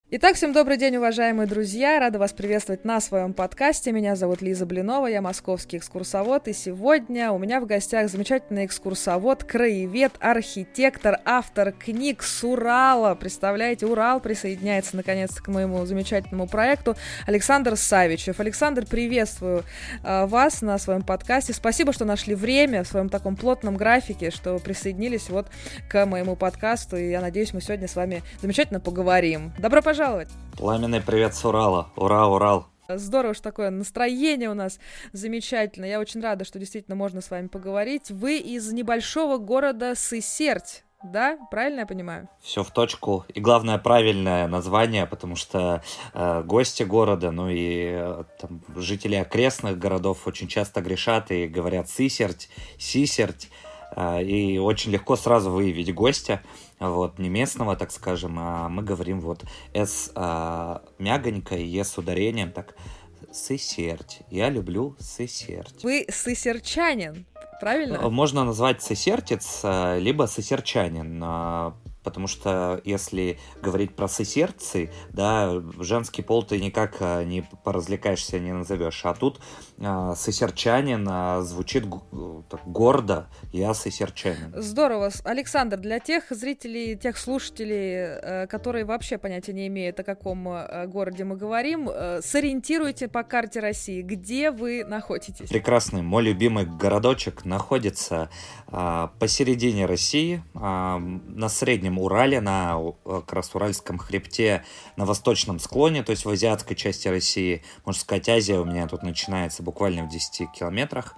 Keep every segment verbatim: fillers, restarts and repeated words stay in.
Итак, всем добрый день, уважаемые друзья! Рада вас приветствовать на своем подкасте. Меня зовут Лиза Блинова, я московский экскурсовод, и сегодня у меня в гостях замечательный экскурсовод, краевед, архитектор, автор книг с Урала. Представляете, Урал присоединяется наконец-то к моему замечательному проекту. Александр Савичев. Александр, приветствую э, вас на своем подкасте. Спасибо, что нашли время в своем таком плотном графике, что присоединились вот к моему подкасту, и я надеюсь, мы сегодня с вами замечательно поговорим. Добро пожаловать! пожаловать. Пламенный привет с Урала. Ура, Урал. Здорово, что такое настроение у нас замечательное. Я очень рада, что действительно можно с вами поговорить. Вы из небольшого города Сысерть, да? Правильно я понимаю? Все в точку. И главное, правильное название, потому что э, гости города, ну и э, там, жители окрестных городов очень часто грешат и говорят Сысерть, Сисерть. Э, и очень легко сразу выявить гостя. Вот, не местного, так скажем, а мы говорим вот «с» а, мягонько и «е» с ударением, так, Сысерть. Я люблю Сысерть. Вы сысерчанин, правильно? Можно назвать сысертец, либо сысерчанин, потому что если говорить про сысерцы, да, женский пол ты никак не поразвлекаешься, не назовешь. А тут э, сысерчанин э, звучит г- так, гордо, я сысерчанин. Здорово. Александр, для тех зрителей, тех слушателей, э, которые вообще понятия не имеют, о каком э, городе мы говорим, э, сориентируйте по карте России, где вы находитесь. Прекрасный, мой любимый городочек находится э, посередине России, э, на среднем Урале, на как раз Уральском хребте, на восточном склоне, то есть в азиатской части России. Можно сказать, Азия у меня тут начинается буквально в десяти километрах.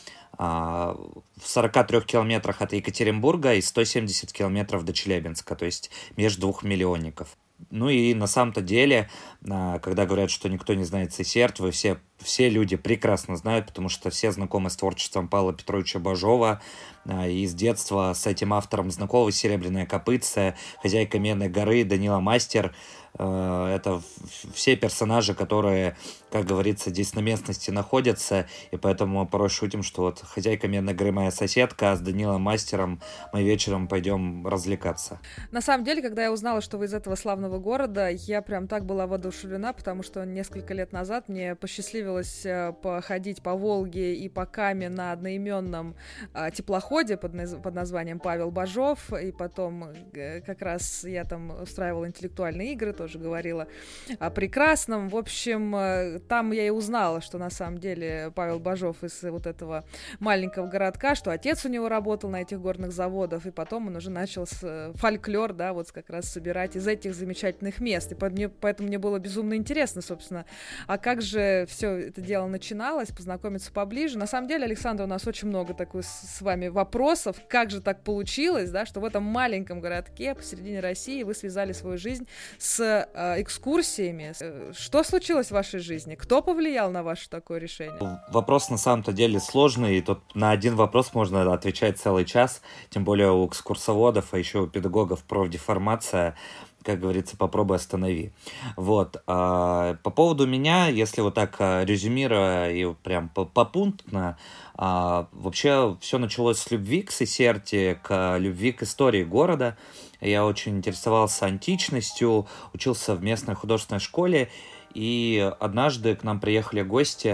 В сорока трёх километрах от Екатеринбурга и сто семьдесят километров до Челябинска, то есть между двух миллионников. Ну и на самом-то деле, когда говорят, что никто не знает Сысерть, вы все, все люди прекрасно знают, потому что все знакомы с творчеством Павла Петровича Бажова, и с детства с этим автором знакомы «Серебряное копытце», «Хозяйка Медной горы», Данила Мастер. Это все персонажи, которые, как говорится, здесь на местности находятся, и поэтому мы порой шутим, что вот «Хозяйка Медной горы» моя соседка, а с Данилом Мастером мы вечером пойдем развлекаться. На самом деле, когда я узнала, что вы из этого славного города, я прям так была воодушевлена, потому что несколько лет назад мне посчастливилось походить по Волге и по Каме на одноименном теплоходе под, наз- под названием Павел Бажов, и потом как раз я там устраивала интеллектуальные игры, тоже говорила о прекрасном. В общем, там я и узнала, что на самом деле Павел Бажов из вот этого маленького городка, что отец у него работал на этих горных заводах, и потом он уже начал с фольклор, да, вот как раз собирать из этих замечательных мест. И поэтому мне было безумно интересно, собственно, а как же все это дело начиналось, познакомиться поближе. На самом деле, Александр, у нас очень много такой с вами вопросов, как же так получилось, да, что в этом маленьком городке посередине России вы связали свою жизнь с экскурсиями. Что случилось в вашей жизни? Кто повлиял на ваше такое решение? Вопрос на самом-то деле сложный, и тут на один вопрос можно отвечать целый час, тем более у экскурсоводов, а еще у педагогов профдеформация, как говорится, попробуй останови. Вот. А, по поводу меня, если вот так резюмируя и прям попунктно, а, вообще все началось с любви к Сысерти, к любви к истории города. Я очень интересовался античностью, учился в местной художественной школе, и однажды к нам приехали гости,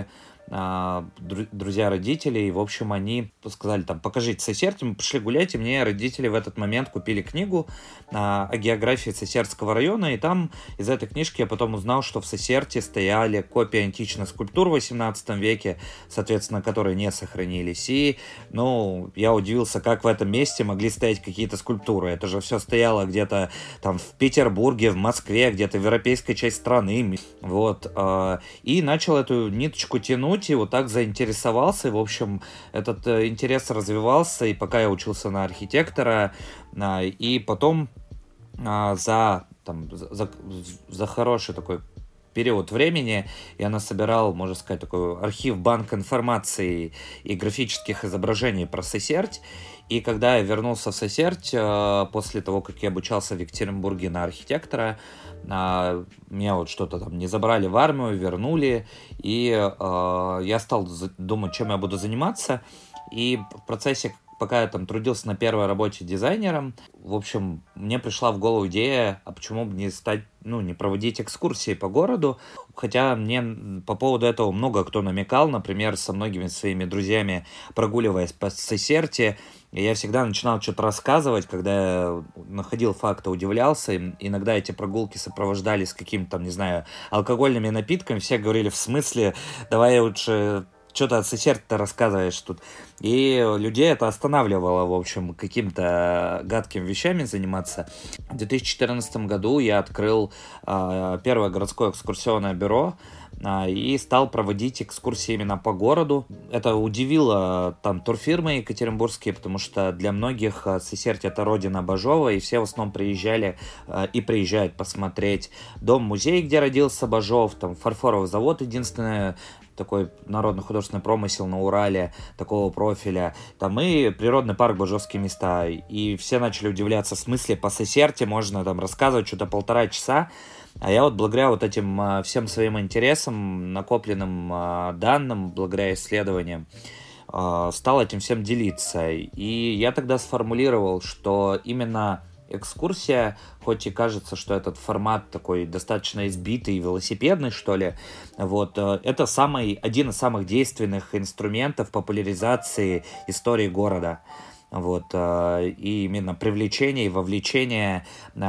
друзья родителей, и, в общем, они сказали, там, покажите Сысерть, мы пошли гулять, и мне родители в этот момент купили книгу а, о географии Сысертского района, и там из этой книжки я потом узнал, что в Сысерти стояли копии античных скульптур в восемнадцатом веке, соответственно, которые не сохранились, и, ну, я удивился, как в этом месте могли стоять какие-то скульптуры, это же все стояло где-то там в Петербурге, в Москве, где-то в европейской части страны, вот, а, и начал эту ниточку тянуть, и вот так заинтересовался, и, в общем, этот э, интерес развивался, и пока я учился на архитектора, э, и потом э, за, там, за, за хороший такой период времени я насобирал, можно сказать, такой архив, банк информации и графических изображений про Сысерть. И когда я вернулся в Сысерть, после того, как я обучался в Екатеринбурге на архитектора, меня вот что-то там не забрали в армию, вернули, и я стал думать, чем я буду заниматься. И в процессе пока я там трудился на первой работе дизайнером, в общем, мне пришла в голову идея, а почему бы не стать, ну, не проводить экскурсии по городу, хотя мне по поводу этого много кто намекал, например, со многими своими друзьями, прогуливаясь по Сесерте, я всегда начинал что-то рассказывать, когда я находил факты, удивлялся, и иногда эти прогулки сопровождались какими-то, там, не знаю, алкогольными напитками, все говорили, в смысле, давай лучше... что-то от Сесерта рассказываешь тут. И людей это останавливало, в общем, каким-то гадкими вещами заниматься. В две тысячи четырнадцатом году я открыл э, первое городское экскурсионное бюро э, и стал проводить экскурсии именно по городу. Это удивило там турфирмы екатеринбургские, потому что для многих э, Сесерть — это родина Бажова, и все в основном приезжали э, и приезжают посмотреть дом-музей, где родился Бажов, там фарфоровый завод, единственное, такой народно-художественный промысел на Урале, такого профиля. Там и природный парк Бажовские места. И все начали удивляться, в смысле, по Сесерте можно там рассказывать что-то полтора часа. А я вот благодаря вот этим а, всем своим интересам, накопленным а, данным, благодаря исследованиям, а, стал этим всем делиться. И я тогда сформулировал, что именно экскурсия, хоть и кажется, что этот формат такой достаточно избитый, велосипедный, что ли, вот, это самый, один из самых действенных инструментов популяризации истории города. Вот, и именно привлечение и вовлечение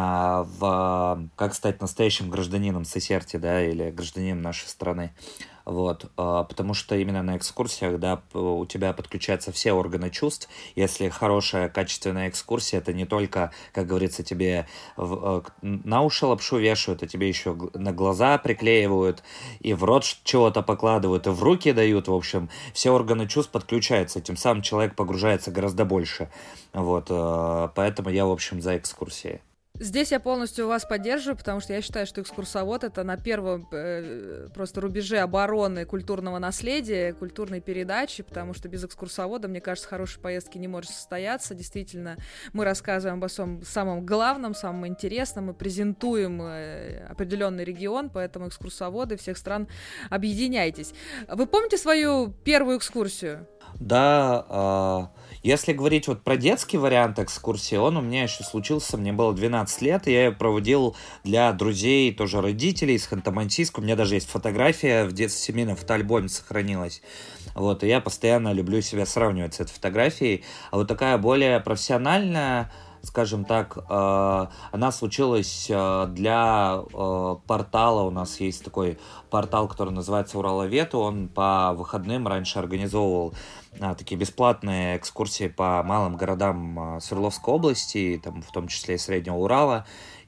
в как стать настоящим гражданином Сесерти, да, или гражданином нашей страны. Вот, потому что именно на экскурсиях, да, у тебя подключаются все органы чувств. Если хорошая, качественная экскурсия, это не только, как говорится, тебе в, на уши лапшу вешают, а тебе еще на глаза приклеивают, и в рот чего-то покладывают, и в руки дают. В общем, все органы чувств подключаются, тем самым человек погружается гораздо больше. Вот, поэтому я, в общем, за экскурсии. Здесь я полностью вас поддерживаю, потому что я считаю, что экскурсовод — это на первом э, просто рубеже обороны культурного наследия, культурной передачи, потому что без экскурсовода, мне кажется, хорошей поездки не может состояться. Действительно, мы рассказываем обо всем самом главном, самом интересном, мы презентуем э, определенный регион, поэтому экскурсоводы всех стран, объединяйтесь. Вы помните свою первую экскурсию? Да, э, если говорить вот про детский вариант экскурсии, он у меня еще случился, мне было двенадцать лет, и я ее проводил для друзей, тоже родителей из Ханты-Мансийска. У меня даже есть фотография в детстве, в семейном фотоальбоме сохранилась. Вот, и я постоянно люблю себя сравнивать с этой фотографией. А вот такая более профессиональная, скажем так, э, она случилась э, для э, портала. У нас есть такой портал, который называется Ураловед. Он по выходным раньше организовывал э, такие бесплатные экскурсии по малым городам э, Свердловской области, там, в том числе и Среднего Урала.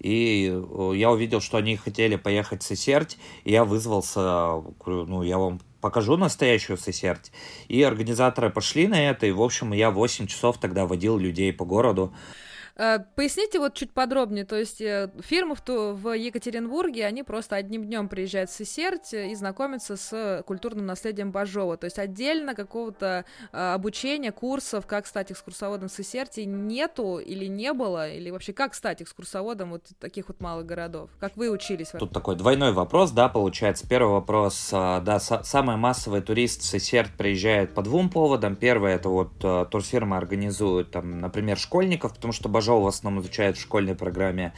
И э, я увидел, что они хотели поехать в Сесерть, и я вызвался, говорю, ну, я вам покажу настоящую Сесерть. И организаторы пошли на это, и, в общем, я восемь часов тогда водил людей по городу. Поясните вот чуть подробнее, то есть фирмы в, в Екатеринбурге, они просто одним днем приезжают в Сесерть и знакомятся с культурным наследием Бажова, то есть отдельно какого-то обучения, курсов, как стать экскурсоводом в Сесерти нету или не было, или вообще как стать экскурсоводом вот таких вот малых городов, как вы учились? Тут такой двойной вопрос, да, получается. Первый вопрос, да, с- самый массовый турист в Сесерть приезжает по двум поводам. Первый — это вот турфирма организует, там, например, школьников, потому что Бажов в основном изучают в школьной программе,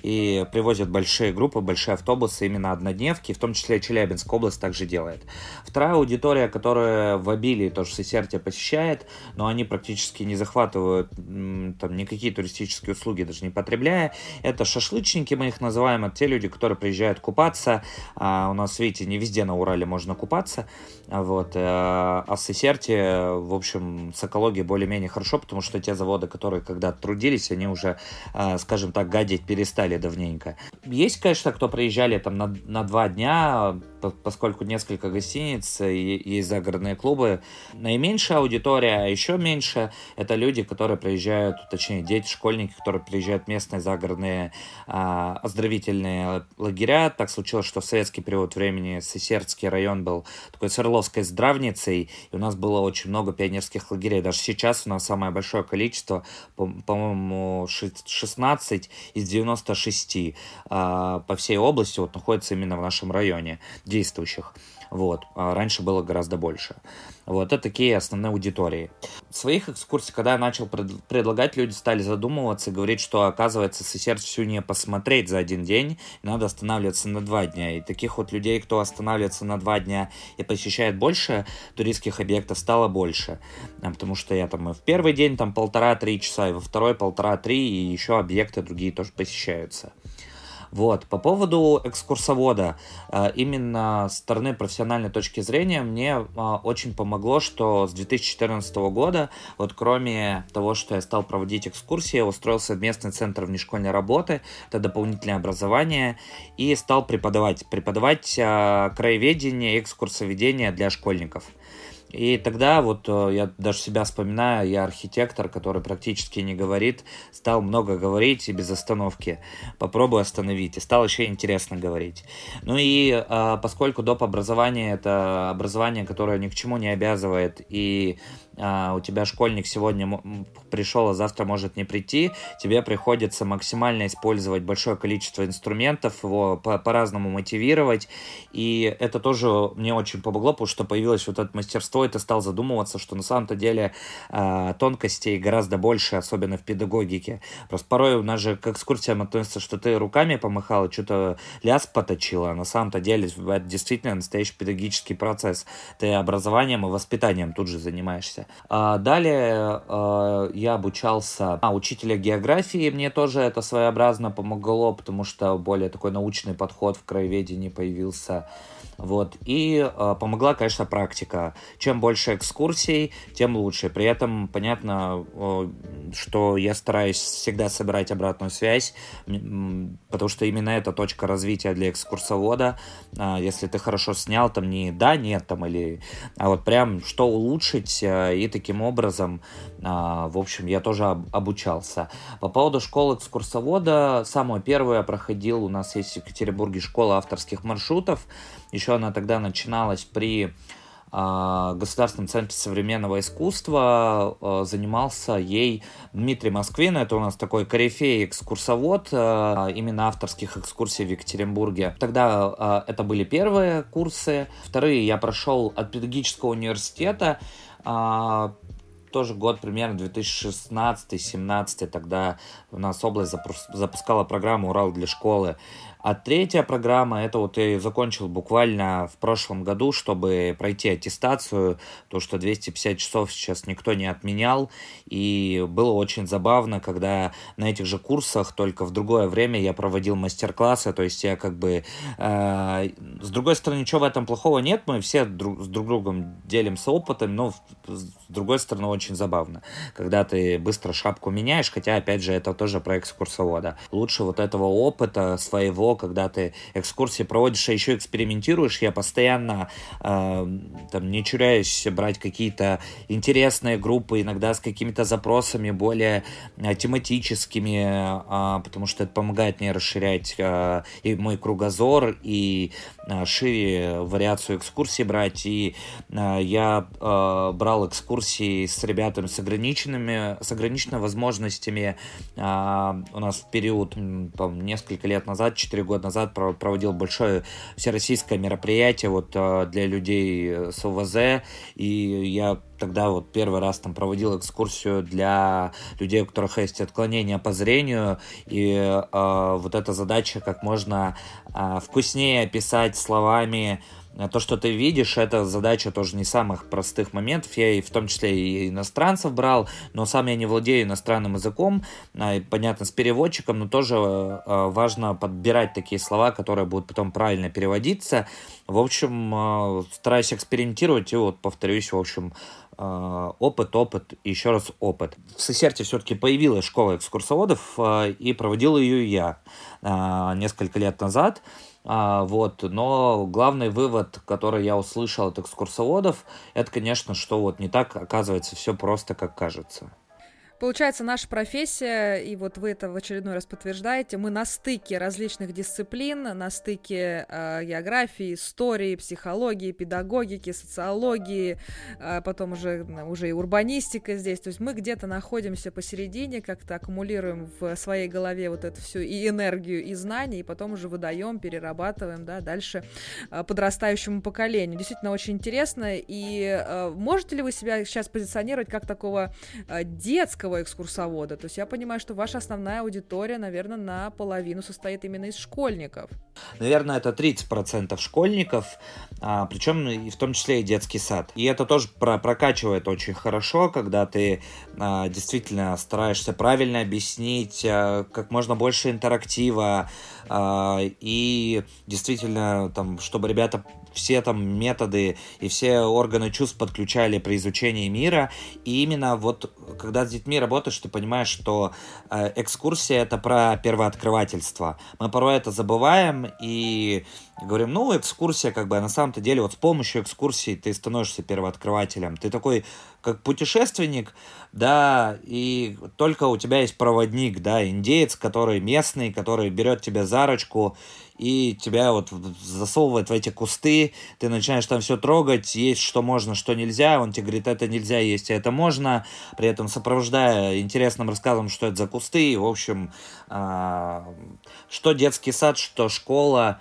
и привозят большие группы, большие автобусы, именно однодневки, в том числе Челябинская область также делает. Вторая аудитория, которая в обилии тоже Сесерть посещает, но они практически не захватывают там никакие туристические услуги, даже не потребляя, это шашлычники, мы их называем, это те люди, которые приезжают купаться. А у нас, видите, не везде на Урале можно купаться, вот, а в Сесерте, в общем, с экологией более-менее хорошо, потому что те заводы, которые когда-то трудились, они уже, скажем так, гадить перестали давненько. Есть, конечно, кто приезжали там на, на два дня, поскольку несколько гостиниц и есть загородные клубы. Наименьшая аудитория, а еще меньше — это люди, которые приезжают, точнее, дети, школьники, которые приезжают в местные загородные а, оздоровительные лагеря. Так случилось, что в советский период времени Сесертский район был такой Свердловской здравницей, и у нас было очень много пионерских лагерей. Даже сейчас у нас самое большое количество, по- по-моему, шестнадцать из девяноста шести а, по всей области вот находится именно в нашем районе. действующих. Вот. А раньше было гораздо больше. Вот. Это такие основные аудитории. В своих экскурсиях, когда я начал пред- предлагать, люди стали задумываться и говорить, что, оказывается, Сесерт всю не посмотреть за один день, надо останавливаться на два дня. И таких вот людей, кто останавливается на два дня и посещает больше туристских объектов, стало больше. Потому что я там и в первый день там полтора-три часа, и во второй полтора-три, и еще объекты другие тоже посещаются. Вот. По поводу экскурсовода, именно с стороны профессиональной точки зрения, мне очень помогло, что с две тысячи четырнадцатого года, вот кроме того, что я стал проводить экскурсии, я устроился в местный центр внешкольной работы, это дополнительное образование, и стал преподавать, преподавать краеведение и экскурсоведение для школьников. И тогда вот я даже себя вспоминаю, я архитектор, который практически не говорит, стал много говорить и без остановки. Попробуй остановить. И стало еще интересно говорить. Ну и а, поскольку доп. Образование — это образование, которое ни к чему не обязывает, и а, у тебя школьник сегодня пришел, а завтра может не прийти, тебе приходится максимально использовать большое количество инструментов, его по- по-разному мотивировать. И это тоже мне очень помогло, потому что появилось вот это мастерство, и ты стал задумываться, что на самом-то деле э, тонкостей гораздо больше, особенно в педагогике. Просто порой у нас же к экскурсиям относится, что ты руками помахал и что-то ляс поточила, а на самом-то деле это действительно настоящий педагогический процесс. Ты образованием и воспитанием тут же занимаешься. А далее э, я обучался а, учителя географии, мне тоже это своеобразно помогло, потому что более такой научный подход в краеведении появился. Вот. И э, помогла, конечно, практика. Чем больше экскурсий, тем лучше. При этом понятно, э, что я стараюсь всегда собирать обратную связь, м- потому что именно это точка развития для экскурсовода. Э, если ты хорошо снял, там не да, нет, там или... А вот прям что улучшить, э, и таким образом, э, в общем, я тоже об- обучался. По поводу школы экскурсовода, самую первую я проходил, у нас есть в Екатеринбурге школа авторских маршрутов. Еще она тогда начиналась при э, Государственном центре современного искусства. Э, занимался ей Дмитрий Москвин. Это у нас такой корифей экскурсовод э, именно авторских экскурсий в Екатеринбурге. Тогда э, это были первые курсы. Вторые я прошел от педагогического университета. Э, тоже год примерно две тысячи шестнадцатый-семнадцатый. Тогда у нас область запускала программу «Урал для школы». А третья программа, это вот я закончил буквально в прошлом году, чтобы пройти аттестацию, то что двести пятьдесят часов сейчас никто не отменял, и было очень забавно, когда на этих же курсах, только в другое время я проводил мастер-классы, то есть я как бы, э, с другой стороны, ничего в этом плохого нет, мы все друг, с друг другом делимся опытом, но с другой стороны, очень забавно, когда ты быстро шапку меняешь, хотя, опять же, это тоже про экскурсовода. Лучше вот этого опыта своего, когда ты экскурсии проводишь, а еще экспериментируешь, я постоянно э, там, не чуряюсь брать какие-то интересные группы, иногда с какими-то запросами более э, тематическими, э, потому что это помогает мне расширять э, и мой кругозор, и э, шире вариацию экскурсий брать. И э, я э, брал экскурсии с ребятами с ограниченными, с ограниченными возможностями. Э, у нас в период, там, несколько лет назад, четыре года назад проводил большое всероссийское мероприятие вот для людей с ОВЗ, и я тогда вот первый раз там проводил экскурсию для людей, у которых есть отклонения по зрению, и э, вот эта задача как можно э, вкуснее описать словами то, что ты видишь, это задача тоже не самых простых моментов. Я и в том числе и иностранцев брал, но сам я не владею иностранным языком, понятно, с переводчиком, но тоже важно подбирать такие слова, которые будут потом правильно переводиться. В общем, стараюсь экспериментировать и вот повторюсь, в общем, опыт, опыт и еще раз опыт. В Сесерте все-таки появилась школа экскурсоводов, и проводил ее я несколько лет назад. А, вот, но главный вывод, который я услышал от экскурсоводов, это, конечно, что вот не так, оказывается, все просто, как кажется. Получается, наша профессия, и вот вы это в очередной раз подтверждаете, мы на стыке различных дисциплин, на стыке э, географии, истории, психологии, педагогики, социологии, э, потом уже, уже и урбанистика здесь. То есть мы где-то находимся посередине, как-то аккумулируем в своей голове вот эту всю и энергию, и знания, и потом уже выдаем, перерабатываем, да, дальше э, подрастающему поколению. Действительно очень интересно. И э, можете ли вы себя сейчас позиционировать как такого э, детского экскурсовода? То есть я понимаю, что ваша основная аудитория, наверное, наполовину состоит именно из школьников. Наверное, это тридцать процентов школьников, а, причем и в том числе и детский сад. И это тоже про- прокачивает очень хорошо, когда ты а, действительно стараешься правильно объяснить, а, как можно больше интерактива, а, и действительно, там, чтобы ребята все там методы и все органы чувств подключали при изучении мира. И именно вот когда с детьми работаешь, ты понимаешь, что э, экскурсия — это про первооткрывательство. Мы порой это забываем и говорим, ну, экскурсия, как бы, а на самом-то деле вот с помощью экскурсии ты становишься первооткрывателем. Ты такой, как путешественник, да, и только у тебя есть проводник, да, индеец, который местный, который берет тебя за ручку и тебя вот засовывает в эти кусты, ты начинаешь там все трогать, есть что можно, что нельзя, он тебе говорит, это нельзя есть, а это можно, при этом сопровождая интересным рассказом, что это за кусты, и, в общем, э, что детский сад, что школа,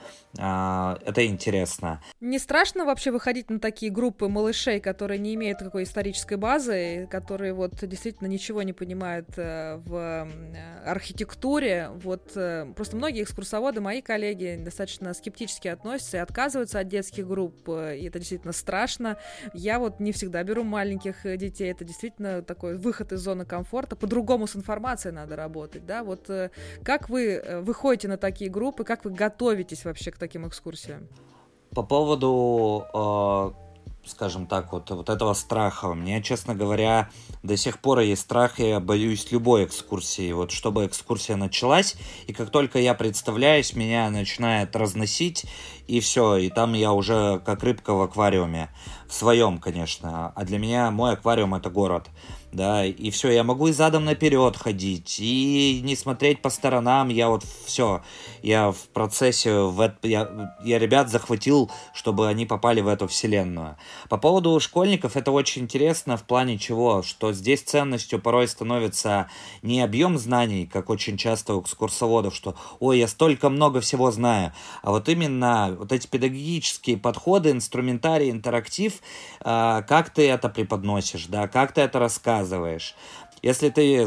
э, это интересно. Не страшно вообще выходить на такие группы малышей, которые не имеют какой исторической базы, которые вот действительно ничего не понимают э, в э, архитектуре? Вот э, просто многие экскурсоводы, мои коллеги, достаточно скептически относятся и отказываются от детских групп, и это действительно страшно. Я вот не всегда беру маленьких детей, это действительно такой выход из зоны комфорта. По-другому с информацией надо работать, да? Вот э, как вы выходите на такие группы, как вы готовитесь вообще к таким экскурсиям? По поводу, э, скажем так, вот, вот этого страха. У меня, честно говоря, до сих пор есть страх, и я боюсь любой экскурсии. Вот чтобы экскурсия началась, и как только я представляюсь, меня начинает разносить, и все, и там я уже как рыбка в аквариуме. В своем, конечно. А для меня мой аквариум — это город. Да, и все, я могу и задом наперед ходить, и не смотреть по сторонам, я вот все, я в процессе, в это, я, я ребят захватил, чтобы они попали в эту вселенную. По поводу школьников это очень интересно в плане чего, что здесь ценностью порой становится не объем знаний, как очень часто у экскурсоводов, что ой, я столько много всего знаю, а вот именно вот эти педагогические подходы, инструментарий, интерактив, э, как ты это преподносишь, да, как ты это рассказываешь. Если ты,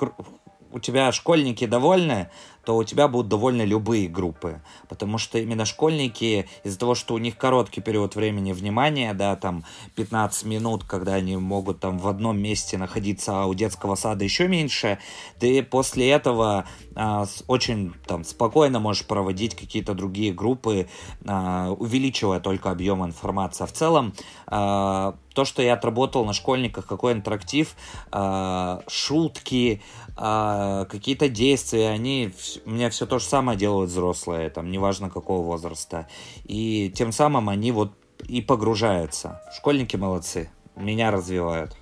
у тебя школьники довольны, то у тебя будут довольны любые группы, потому что именно школьники, из-за того, что у них короткий период времени внимания, да, там пятнадцать минут, когда они могут там в одном месте находиться, а у детского сада еще меньше, ты после этого а, очень там спокойно можешь проводить какие-то другие группы, а, увеличивая только объем информации. А в целом, а, то, что я отработал на школьниках, какой интерактив, а, шутки, а, какие-то действия, они у меня все то же самое делают взрослые, там, неважно какого возраста. И тем самым они вот и погружаются. Школьники молодцы, меня развивают.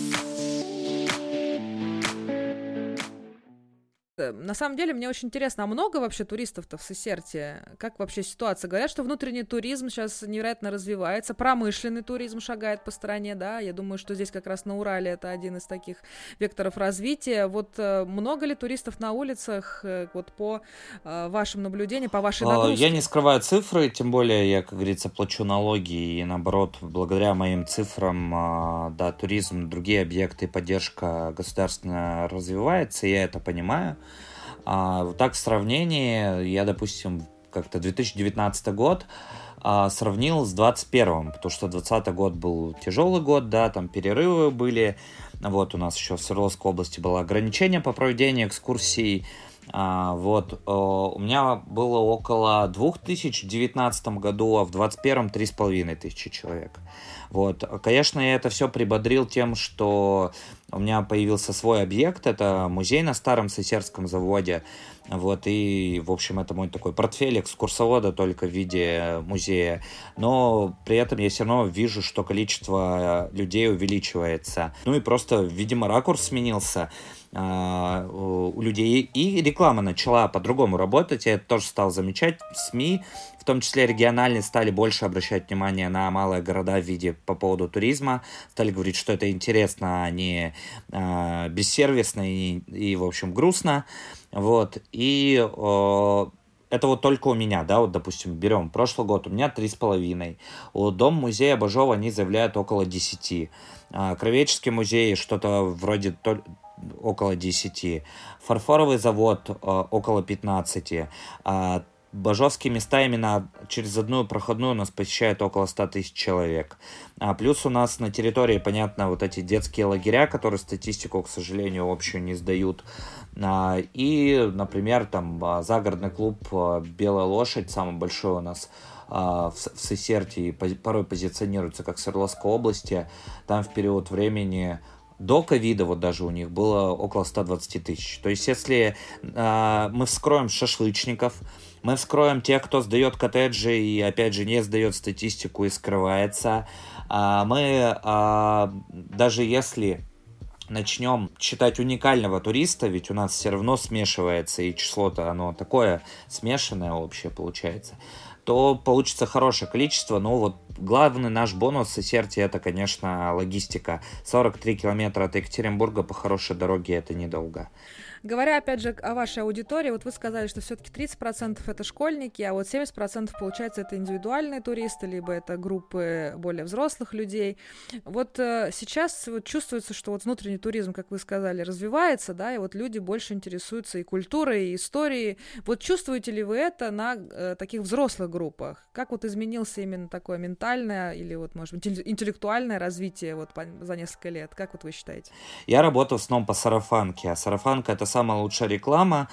На самом деле, мне очень интересно, а много вообще туристов-то в Сесерте? Как вообще ситуация? Говорят, что внутренний туризм сейчас невероятно развивается, промышленный туризм шагает по стране, да? Я думаю, что здесь как раз на Урале это один из таких векторов развития. Вот много ли туристов на улицах, вот по вашим наблюдениям, по вашей нагрузке? Я не скрываю цифры, тем более я, как говорится, плачу налоги, и наоборот, благодаря моим цифрам, да, туризм, другие объекты, поддержка государственная развивается, я это понимаю. А, вот так в сравнении, я, допустим, как-то две тысячи девятнадцатый год а, сравнил с двадцать первым, потому что двадцатый год был тяжелый год, да, там перерывы были, вот у нас еще в Свердловской области было ограничение по проведению экскурсий, а, вот, а, у меня было около двух тысяч в девятнадцатом году, а в двадцать первом три с половиной тысячи человек. Вот. Конечно, я это все прибодрил тем, что у меня появился свой объект, это музей на старом Сысерском заводе, вот, и, в общем, это мой такой портфель экскурсовода только в виде музея, но при этом я все равно вижу, что количество людей увеличивается, ну и просто, видимо, ракурс сменился у людей, и реклама начала по-другому работать, я это тоже стал замечать, СМИ, в том числе региональные, стали больше обращать внимание на малые города в виде по поводу туризма, стали говорить, что это интересно, а не э, бессервисно и, и, в общем, грустно, вот, и э, это вот только у меня, да, вот, допустим, берем прошлый год, у меня три с половиной, у Дом-музея Бажова они заявляют около десяти, э, Кровеческий музей что-то вроде около десяти, Фарфоровый завод э, около пятнадцати, э, Бажовские места именно через одну проходную у нас посещает около ста тысяч человек. А плюс у нас на территории, понятно, вот эти детские лагеря, которые статистику, к сожалению, общую не сдают. А, и, например, там загородный клуб «Белая лошадь», самый большой у нас в Сысерте, порой позиционируется как в Свердловской области. Там в период времени до ковида вот даже у них было около ста двадцати тысяч. То есть если э, мы вскроем шашлычников, мы вскроем тех, кто сдает коттеджи и, опять же, не сдает статистику и скрывается, э, мы э, даже если начнем считать уникального туриста, ведь у нас все равно смешивается, и число-то оно такое смешанное общее получается, то получится хорошее количество, но вот главный наш бонус в Сысерте это, конечно, логистика. сорок три километра от Екатеринбурга по хорошей дороге это недолго. Говоря, опять же, о вашей аудитории, вот вы сказали, что все-таки тридцать процентов это школьники, а вот семьдесят процентов, получается, это индивидуальные туристы, либо это группы более взрослых людей. Вот э, сейчас вот чувствуется, что вот внутренний туризм, как вы сказали, развивается, да, и вот люди больше интересуются и культурой, и историей. Вот чувствуете ли вы это на э, таких взрослых группах? Как вот изменился именно такое ментальное или вот, может быть, интеллектуальное развитие вот по, за несколько лет? Как вот вы считаете? Я работал в основном по сарафанке, а сарафанка — это самая лучшая реклама,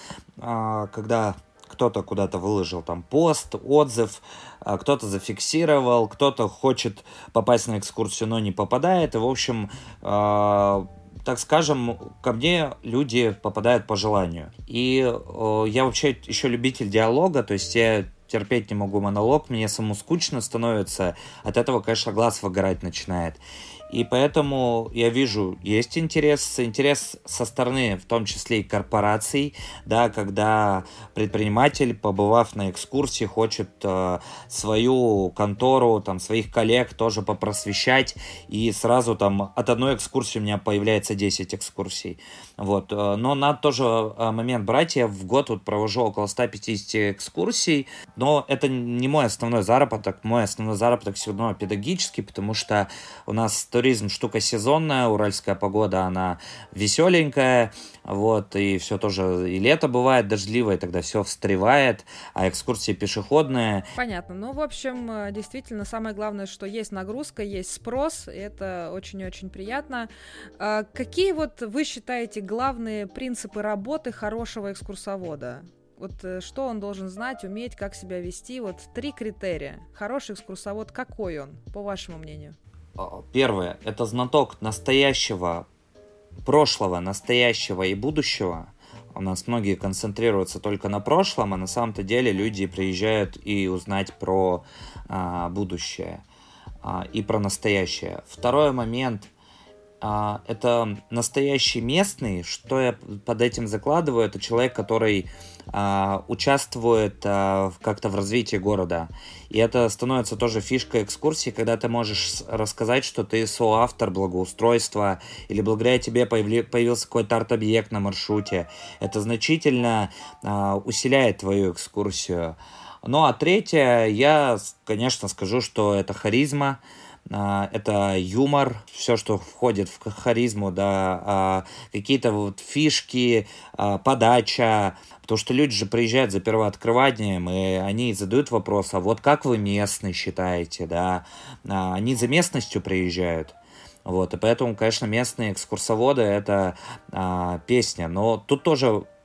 когда кто-то куда-то выложил там пост, отзыв, кто-то зафиксировал, кто-то хочет попасть на экскурсию, но не попадает. И, в общем, так скажем, ко мне люди попадают по желанию. И я вообще еще любитель диалога, то есть я терпеть не могу монолог, мне самому скучно становится, от этого, конечно, глаз выгорать начинает. И поэтому я вижу, есть интерес, интерес со стороны, в том числе и корпораций, да, когда предприниматель, побывав на экскурсии, хочет э, свою контору, там, своих коллег тоже попросвещать, и сразу там от одной экскурсии у меня появляется десять экскурсий. Вот. Но надо тоже момент брать, я в год вот провожу около ста пятидесяти экскурсий, но это не мой основной заработок, мой основной заработок все равно педагогический, потому что у нас туризм штука сезонная, уральская погода, она веселенькая, вот, и все тоже, и лето бывает дождливое, тогда все встревает, а экскурсии пешеходные. Понятно, ну, в общем, действительно, самое главное, что есть нагрузка, есть спрос, и это очень-очень приятно. А какие вот вы считаете главные принципы работы хорошего экскурсовода? Вот что он должен знать, уметь, как себя вести? Вот три критерия. Хороший экскурсовод, какой он, по вашему мнению? Первое, это знаток настоящего, прошлого, настоящего и будущего. У нас многие концентрируются только на прошлом, а на самом-то деле люди приезжают и узнать про а, будущее а, и про настоящее. Второй момент, а, это настоящий местный. Что я под этим закладываю? Это человек, который а, участвует а, как-то в развитии города. И это становится тоже фишкой экскурсии, когда ты можешь рассказать, что ты соавтор благоустройства, или благодаря тебе появли, появился какой-то арт-объект на маршруте. Это значительно а, усиляет твою экскурсию. Ну а третье, я, конечно, скажу, что это харизма, а, это юмор, все, что входит в харизму, да, а, какие-то вот фишки, а, подача. Потому что люди же приезжают за первооткрыванием, и они задают вопрос, а вот как вы местный считаете, да? Они за местностью приезжают. Вот, и поэтому, конечно, местные экскурсоводы — это а, песня. Но тут тоже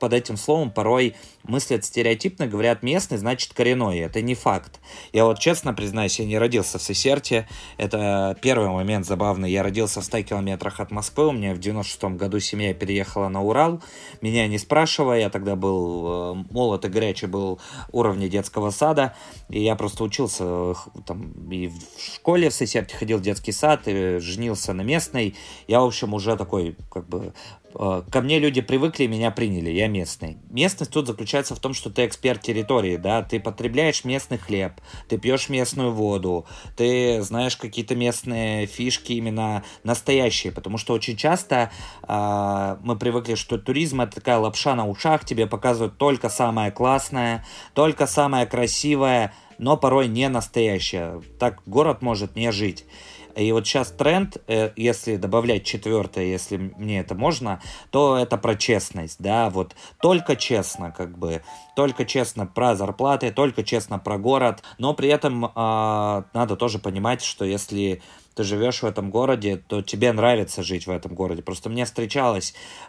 под этим словом порой мыслят стереотипно, говорят местный, значит коренной. Это не факт. Я вот честно признаюсь, я не родился в Сесерте. Это первый момент забавный. Я родился в ста километрах от Москвы. У меня в девяносто шестом году семья переехала на Урал. Меня не спрашивая, я тогда был э, молод и горячий, был уровня детского сада. И я просто учился э, там, и в школе в Сесерте, ходил в детский сад, и женился на местной. Я, в общем, уже такой, как бы, ко мне люди привыкли, меня приняли, я местный. Местность тут заключается в том, что ты эксперт территории, да, ты потребляешь местный хлеб, ты пьешь местную воду, ты знаешь какие-то местные фишки именно настоящие, потому что очень часто э, мы привыкли, что туризм — это такая лапша на ушах, тебе показывают только самое классное, только самое красивое, но порой не настоящее. Так город может не жить. И вот сейчас тренд, если добавлять четвертое, если мне это можно, то это про честность, да, вот только честно, как бы, только честно про зарплаты, только честно про город, но при этом э, надо тоже понимать, что если ты живешь в этом городе, то тебе нравится жить в этом городе. Просто мне встречалось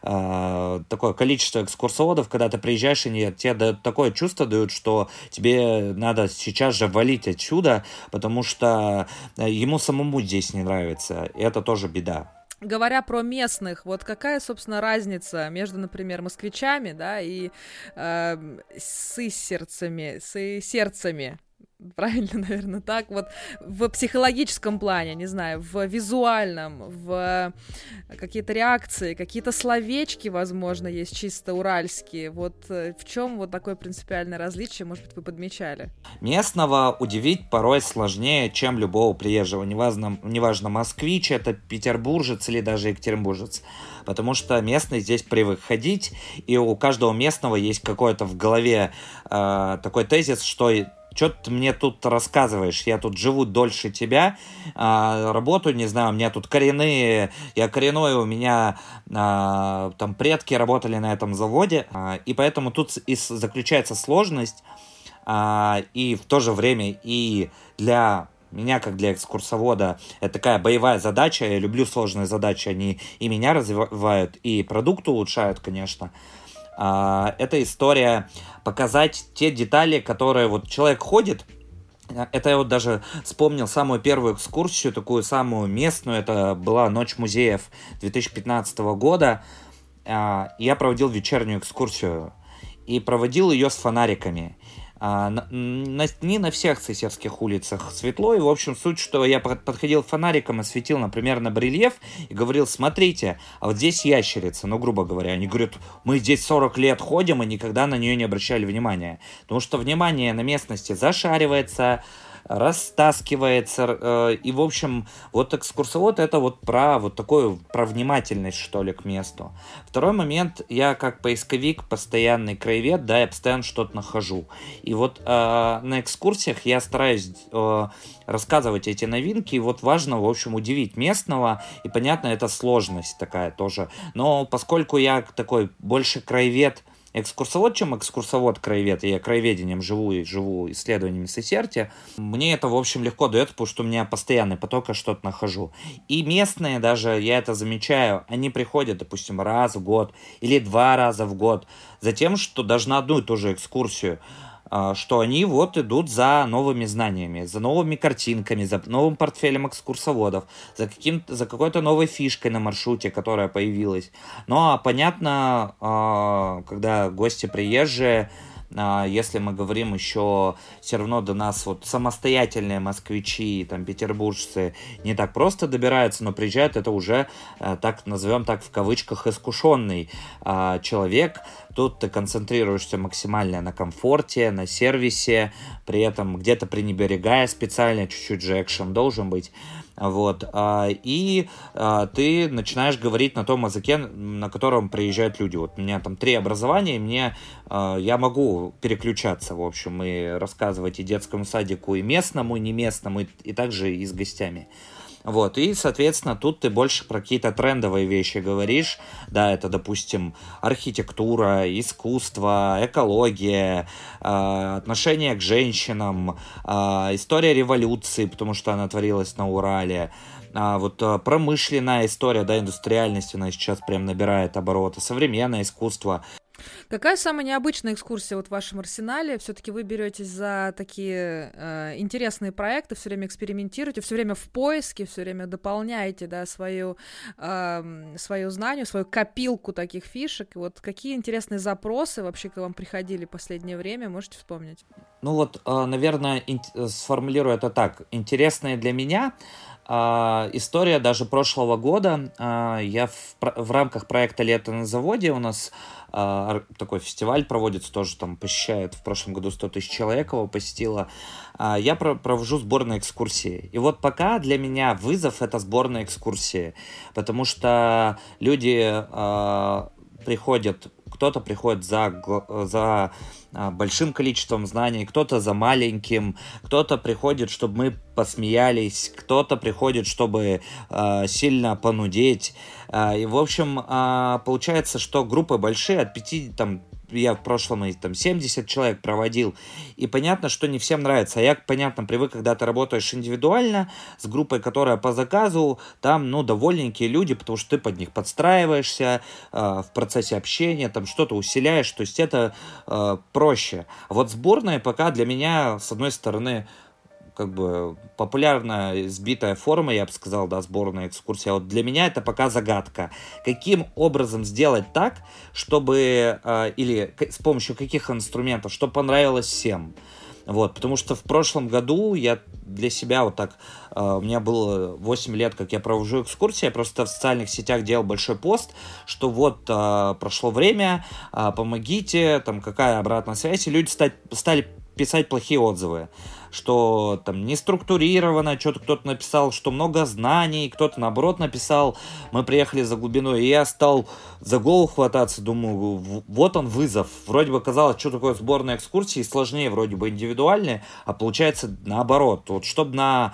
э, такое количество экскурсоводов, когда ты приезжаешь, и тебе дают такое чувство дают, что тебе надо сейчас же валить отсюда, потому что ему самому здесь не нравится. И это тоже беда. Говоря про местных, вот какая, собственно, разница между, например, москвичами, да, и э, сысерцами, сысерцами? Правильно, наверное, так. Вот в психологическом плане, не знаю, в визуальном, в какие-то реакции, какие-то словечки, возможно, есть чисто уральские. Вот в чем вот такое принципиальное различие, может быть, вы подмечали? Местного удивить порой сложнее, чем любого приезжего. Неважно, неважно москвич, это петербуржец или даже екатеринбуржец. Потому что местный здесь привык ходить, и у каждого местного есть какой-то в голове э, такой тезис, что что ты мне тут рассказываешь? Я тут живу дольше тебя, а, работаю, не знаю, у меня тут коренные, я коренной, у меня а, там предки работали на этом заводе, а, и поэтому тут и заключается сложность, а, и в то же время и для меня, как для экскурсовода, это такая боевая задача, я люблю сложные задачи, они и меня развивают, и продукт улучшают, конечно. Uh, это история показать те детали, которые вот человек ходит. Это я вот даже вспомнил самую первую экскурсию, такую самую местную. Это была Ночь музеев две тысячи пятнадцатого года. Uh, я проводил вечернюю экскурсию и проводил ее с фонариками. А, на, на, не на всех сесерских улицах светло, и в общем суть, что я подходил фонариком и светил, например, на барельеф и говорил: смотрите, а вот здесь ящерица, ну, грубо говоря. Они говорят: мы здесь сорок лет ходим и никогда на нее не обращали внимания. Потому что внимание на местности зашаривается, растаскивается, э, и, в общем, вот экскурсовод — это вот про вот такую, про внимательность, что ли, к месту. Второй момент, я как поисковик, постоянный краевед, да, я постоянно что-то нахожу. И вот э, на экскурсиях я стараюсь э, рассказывать эти новинки, и вот важно, в общем, удивить местного, и, понятно, это сложность такая тоже. Но поскольку я такой больше краевед, экскурсовод, чем экскурсовод-краевед, я краеведением живу и живу исследованиями Сесерти, мне это, в общем, легко дается, потому что у меня постоянный поток, я что-то нахожу. И местные даже, я это замечаю, они приходят, допустим, раз в год или два раза в год, за тем, что даже на одну и ту же экскурсию, что они вот идут за новыми знаниями, за новыми картинками, за новым портфелем экскурсоводов, за, каким за какой-то новой фишкой на маршруте, которая появилась. Но понятно, когда гости приезжие, если мы говорим еще, все равно до нас вот самостоятельные москвичи, там, петербуржцы не так просто добираются, но приезжают, это уже, так назовем так в кавычках, искушенный а, человек. Тут ты концентрируешься максимально на комфорте, на сервисе, при этом где-то пренебрегая специально, чуть-чуть же экшен должен быть. Вот, и ты начинаешь говорить на том языке, на котором приезжают люди. Вот у меня там три образования, и мне, я могу переключаться, в общем, и рассказывать и детскому садику, и местному, и не местному, и, и также и с гостями. Вот, и, соответственно, тут ты больше про какие-то трендовые вещи говоришь, да, это, допустим, архитектура, искусство, экология, э, отношение к женщинам, э, история революции, потому что она творилась на Урале, а вот э, промышленная история, да, индустриальность, она сейчас прям набирает обороты, современное искусство. Какая самая необычная экскурсия вот в вашем арсенале? Все-таки вы беретесь за такие э, интересные проекты, все время экспериментируете, все время в поиске, все время дополняете, да, свою, э, свое знание, свою копилку таких фишек. Вот какие интересные запросы вообще к вам приходили в последнее время, можете вспомнить? Ну вот, наверное, сформулирую это так. Интересное для меня история даже прошлого года. Я в, в рамках проекта «Лето на заводе», у нас такой фестиваль проводится, тоже там посещает, в прошлом году сто тысяч человек его посетило. Я провожу сборные экскурсии. И вот пока для меня вызов — это сборные экскурсии, потому что люди приходят, кто-то приходит за, за большим количеством знаний, кто-то за маленьким, кто-то приходит, чтобы мы посмеялись, кто-то приходит, чтобы э, сильно понудеть. Э, и, в общем, э, получается, что группы большие, от пяти, там, я в прошлом там семьдесят человек проводил, и понятно, что не всем нравится. А я, понятно, привык, когда ты работаешь индивидуально, с группой, которая по заказу, там, ну, довольненькие люди, потому что ты под них подстраиваешься э, в процессе общения, там, что-то усиляешь, то есть это э, проще. А вот сборная пока для меня, с одной стороны, как бы популярная сбитая форма, я бы сказал, да, сборная экскурсия. Вот для меня это пока загадка. Каким образом сделать так, чтобы, э, или с помощью каких инструментов, чтобы понравилось всем. Вот, потому что в прошлом году я для себя вот так, э, у меня было восемь лет, как я провожу экскурсии, я просто в социальных сетях делал большой пост, что вот э, прошло время, э, помогите, там какая обратная связь, и люди стали, стали писать плохие отзывы, что там не структурировано, что-то кто-то написал, что много знаний, кто-то наоборот написал, мы приехали за глубиной, и я стал за голову хвататься, думаю, вот он вызов. Вроде бы казалось, что такое сборная экскурсии, сложнее вроде бы индивидуальные, а получается наоборот. Вот чтобы на,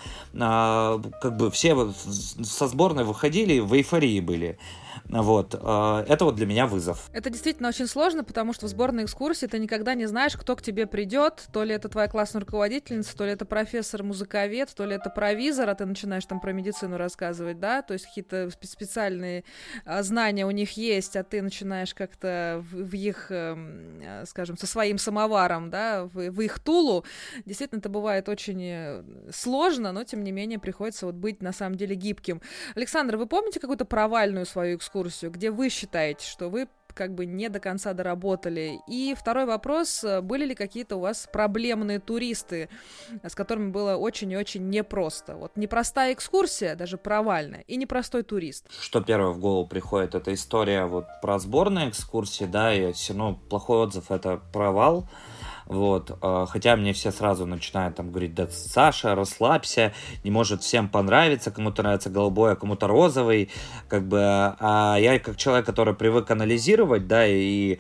на как бы все со сборной выходили, в эйфории были. Вот, это вот для меня вызов. Это действительно очень сложно, потому что в сборной экскурсии ты никогда не знаешь, кто к тебе придет, то ли это твоя классная руководительница, то ли это профессор-музыковед, то ли это провизор, а ты начинаешь там про медицину рассказывать, да, то есть какие-то специальные знания у них есть, а ты начинаешь как-то в, в их, скажем, со своим самоваром, да, в, в их тулу. Действительно, это бывает очень сложно, но тем не менее приходится вот быть на самом деле гибким. Александр, вы помните какую-то провальную свою экскурсию, где вы считаете, что вы как бы не до конца доработали? И второй вопрос, были ли какие-то у вас проблемные туристы, с которыми было очень и очень непросто? Вот непростая экскурсия, даже провальная, и непростой турист. Что первое в голову приходит, это история вот про сборные экскурсии, да, и все равно плохой отзыв — это провал. Вот, хотя мне все сразу начинают там говорить: да, Саша, расслабься, не может всем понравиться, кому-то нравится голубой, а кому-то розовый, как бы, а я как человек, который привык анализировать, да, и,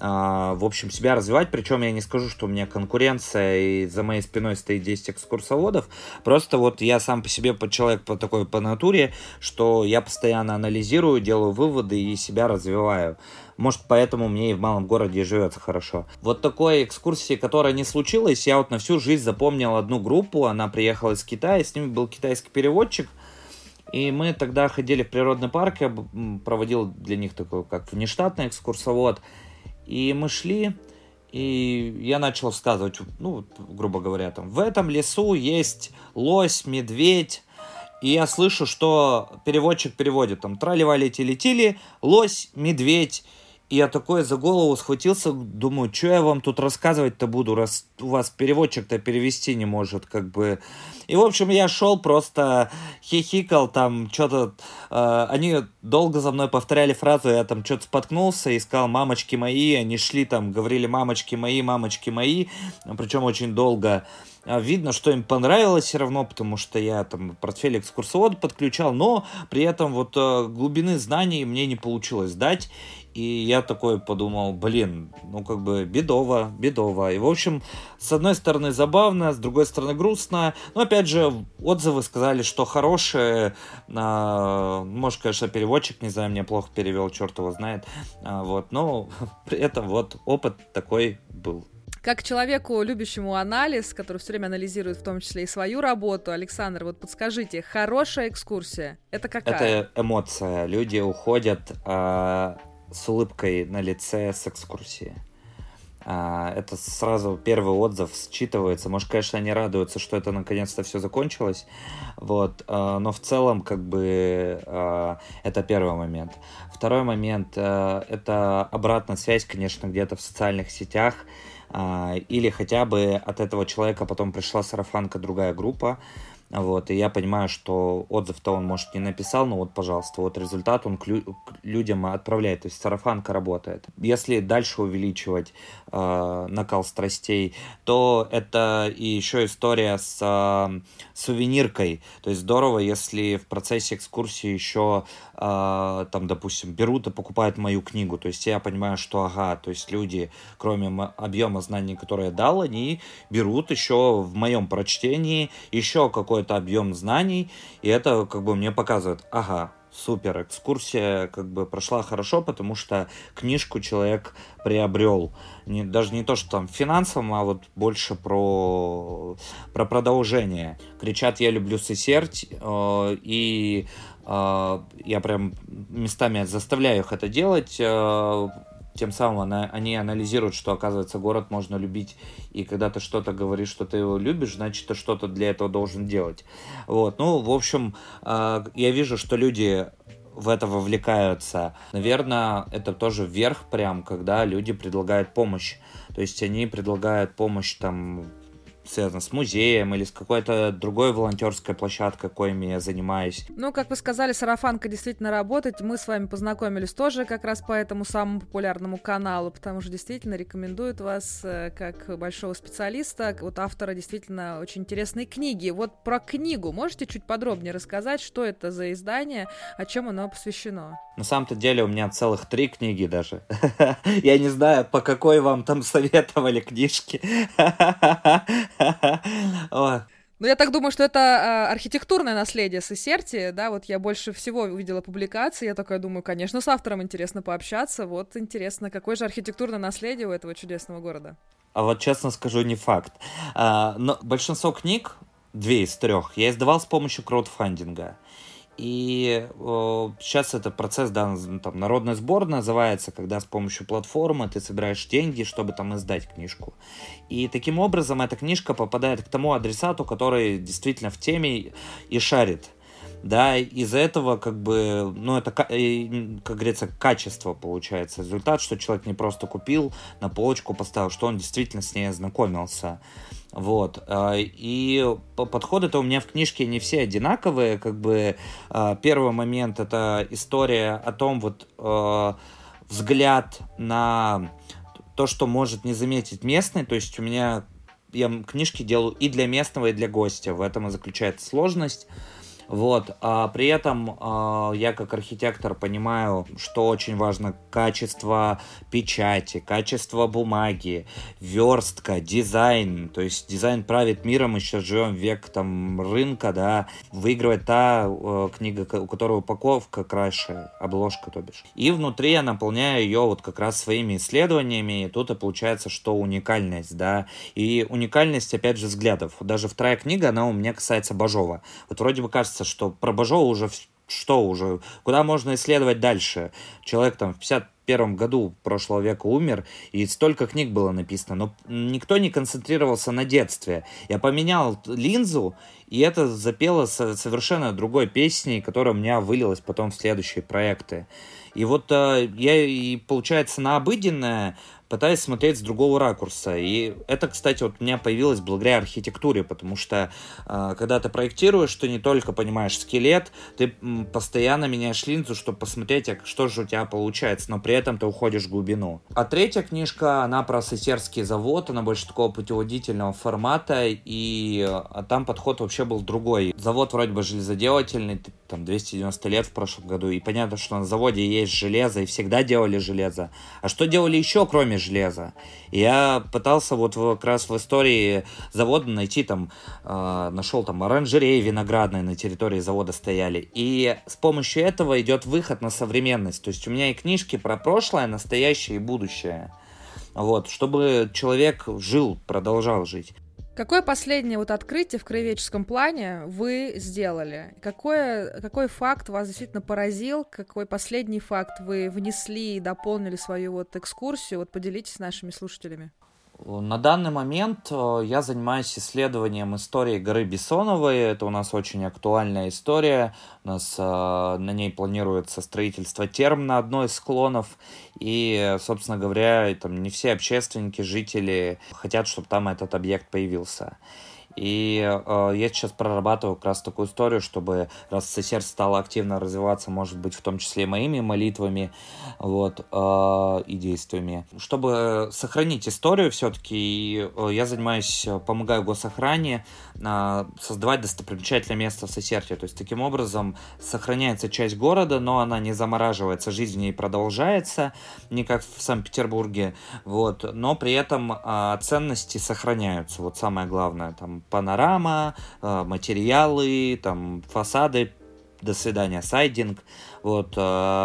а, в общем, себя развивать, причем я не скажу, что у меня конкуренция, и за моей спиной стоит десять экскурсоводов, просто вот я сам по себе человек по такой, по натуре, что я постоянно анализирую, делаю выводы и себя развиваю. Может, поэтому мне и в малом городе живется хорошо. Вот такой экскурсии, которая не случилась, я вот на всю жизнь запомнил одну группу. Она приехала из Китая, с ними был китайский переводчик. И мы тогда ходили в природный парк, я проводил для них такой, как внештатный экскурсовод. И мы шли, и я начал рассказывать, ну, грубо говоря, там, в этом лесу есть лось, медведь. И я слышу, что переводчик переводит, там, трали-вали-тили-тили, лось, медведь. И я такой за голову схватился, думаю, что я вам тут рассказывать-то буду, раз у вас переводчик-то перевести не может, как бы. И, в общем, я шел, просто хихикал, там, что-то... Э, они долго за мной повторяли фразу, я там что-то споткнулся и сказал: мамочки мои, они шли там, говорили: мамочки мои, мамочки мои, причем очень долго. Видно, что им понравилось все равно, потому что я там портфель экскурсовода подключал, но при этом вот глубины знаний мне не получилось дать. И я такой подумал: блин, ну как бы бедово, бедово. И в общем, с одной стороны забавно, с другой стороны грустно. Но опять же, отзывы сказали, что хорошие. А, может, конечно, переводчик, не знаю, мне плохо перевел, черт его знает. А, вот, но при этом вот опыт такой был. Как человеку, любящему анализ, который все время анализирует в том числе и свою работу, Александр, вот подскажите, хорошая экскурсия — это какая? Это эмоция. Люди уходят... А... с улыбкой на лице с экскурсии. Это сразу первый отзыв считывается. Может, конечно, они радуются, что это наконец-то все закончилось. Вот. Но в целом, как бы, это первый момент. Второй момент — это обратная связь, конечно, где-то в социальных сетях. Или хотя бы от этого человека потом пришла сарафанка, другая группа. Вот, и я понимаю, что отзыв-то он, может, не написал, но вот, пожалуйста, вот результат он к, лю- к людям отправляет, то есть сарафанка работает. Если дальше увеличивать э, накал страстей, то это и еще история с э, сувениркой. То есть здорово, если в процессе экскурсии еще, э, там, допустим, берут и покупают мою книгу. То есть я понимаю, что, ага, то есть люди, кроме объема знаний, которые я дал, они берут еще в моем прочтении еще какой-то объем знаний, и это как бы мне показывает, ага, супер, экскурсия как бы прошла хорошо, потому что книжку человек приобрел. Не, даже не то, что там финансово, а вот больше про, про продолжение. Кричат «Я люблю сысерть», э, и э, я прям местами заставляю их это делать. Э, Тем самым они анализируют, что, оказывается, город можно любить, и когда ты что-то говоришь, что ты его любишь, значит, ты что-то для этого должен делать. Вот. Ну, в общем, я вижу, что люди в это вовлекаются. Наверное, это тоже вверх прям, когда люди предлагают помощь. То есть они предлагают помощь там, связано с музеем или с какой-то другой волонтерской площадкой, коими я занимаюсь. Ну, как вы сказали, сарафанка действительно работает. Мы с вами познакомились тоже как раз по этому самому популярному каналу, потому что действительно рекомендуют вас как большого специалиста, вот автора действительно очень интересной книги. Вот про книгу можете чуть подробнее рассказать, что это за издание, о чем оно посвящено? На самом-то деле у меня целых три книги даже. Я не знаю, по какой вам там советовали книжки. Ну, я так думаю, что это э, архитектурное наследие Сысерти, да, вот я больше всего увидела публикации, я такая думаю, конечно, с автором интересно пообщаться, вот интересно, какое же архитектурное наследие у этого чудесного города. А вот честно скажу, не факт. А, но большинство книг, две из трех, я издавал с помощью краудфандинга. И о, сейчас это процесс, да, там, народный сбор называется, когда с помощью платформы ты собираешь деньги, чтобы там издать книжку. И таким образом эта книжка попадает к тому адресату, который действительно в теме и шарит. Да, из-за этого, как бы, ну, это, как говорится, качество получается, результат, что человек не просто купил, на полочку поставил, что он действительно с ней ознакомился. Вот. И подходы-то у меня в книжке не все одинаковые, как бы. Первый момент — это история о том, вот, взгляд на то, что может не заметить местный, то есть у меня, я книжки делаю и для местного, и для гостя, в этом и заключается сложность. Вот, а при этом э, я как архитектор понимаю, что очень важно качество печати, качество бумаги, верстка, дизайн. То есть дизайн правит миром, мы сейчас живем в век там рынка, да. Выигрывает та э, книга, у которой упаковка краше, обложка, то бишь. И внутри я наполняю ее вот как раз своими исследованиями, и тут и получается, что уникальность, да. И уникальность, опять же, взглядов. Даже вторая книга, она у меня касается Бажова. Вот вроде бы кажется, что про Бажова уже что уже, куда можно исследовать дальше. Человек там в пятьдесят первом году прошлого века умер, и столько книг было написано, но никто не концентрировался на детстве. Я поменял линзу, и это запело совершенно другой песней, которая у меня вылилась потом в следующие проекты. И вот э, я, и получается, на обыденное пытаюсь смотреть с другого ракурса. И это, кстати, вот у меня появилось благодаря архитектуре, потому что э, когда ты проектируешь, ты не только понимаешь скелет, ты м, постоянно меняешь линзу, чтобы посмотреть, а что же у тебя получается, но при этом ты уходишь в глубину. А третья книжка, она про Сысертский завод, она больше такого путеводительного формата, и а там подход вообще был другой. Завод вроде бы железоделательный, там двести девяносто лет в прошлом году, и понятно, что на заводе есть железо, и всегда делали железо. А что делали еще, кроме железа? И я пытался вот как раз в истории завода найти там, э, нашел там оранжереи виноградные на территории завода стояли. И с помощью этого идет выход на современность. То есть у меня и книжки про прошлое, настоящее и будущее. Вот, чтобы человек жил, продолжал жить. Какое последнее вот открытие в краеведческом плане вы сделали? Какое, какой факт вас действительно поразил? Какой последний факт вы внесли и дополнили свою вот экскурсию? Вот поделитесь с нашими слушателями. На данный момент я занимаюсь исследованием истории горы Бессоновой. Это у нас очень актуальная история. У нас на ней планируется строительство терм на одной из склонов. И, собственно говоря, там не все общественники, жители хотят, чтобы там этот объект появился. И э, я сейчас прорабатываю как раз такую историю, чтобы, раз Сесерть стала активно развиваться, может быть, в том числе и моими молитвами, вот, э, и действиями. Чтобы сохранить историю все-таки, э, я занимаюсь, помогаю госохране э, создавать достопримечательное место в Сесерте. То есть, таким образом, сохраняется часть города, но она не замораживается, жизнь в ней продолжается, не как в Санкт-Петербурге, вот, но при этом э, ценности сохраняются. Вот самое главное, там, панорама, материалы, там, фасады, до свидания, сайдинг, вот,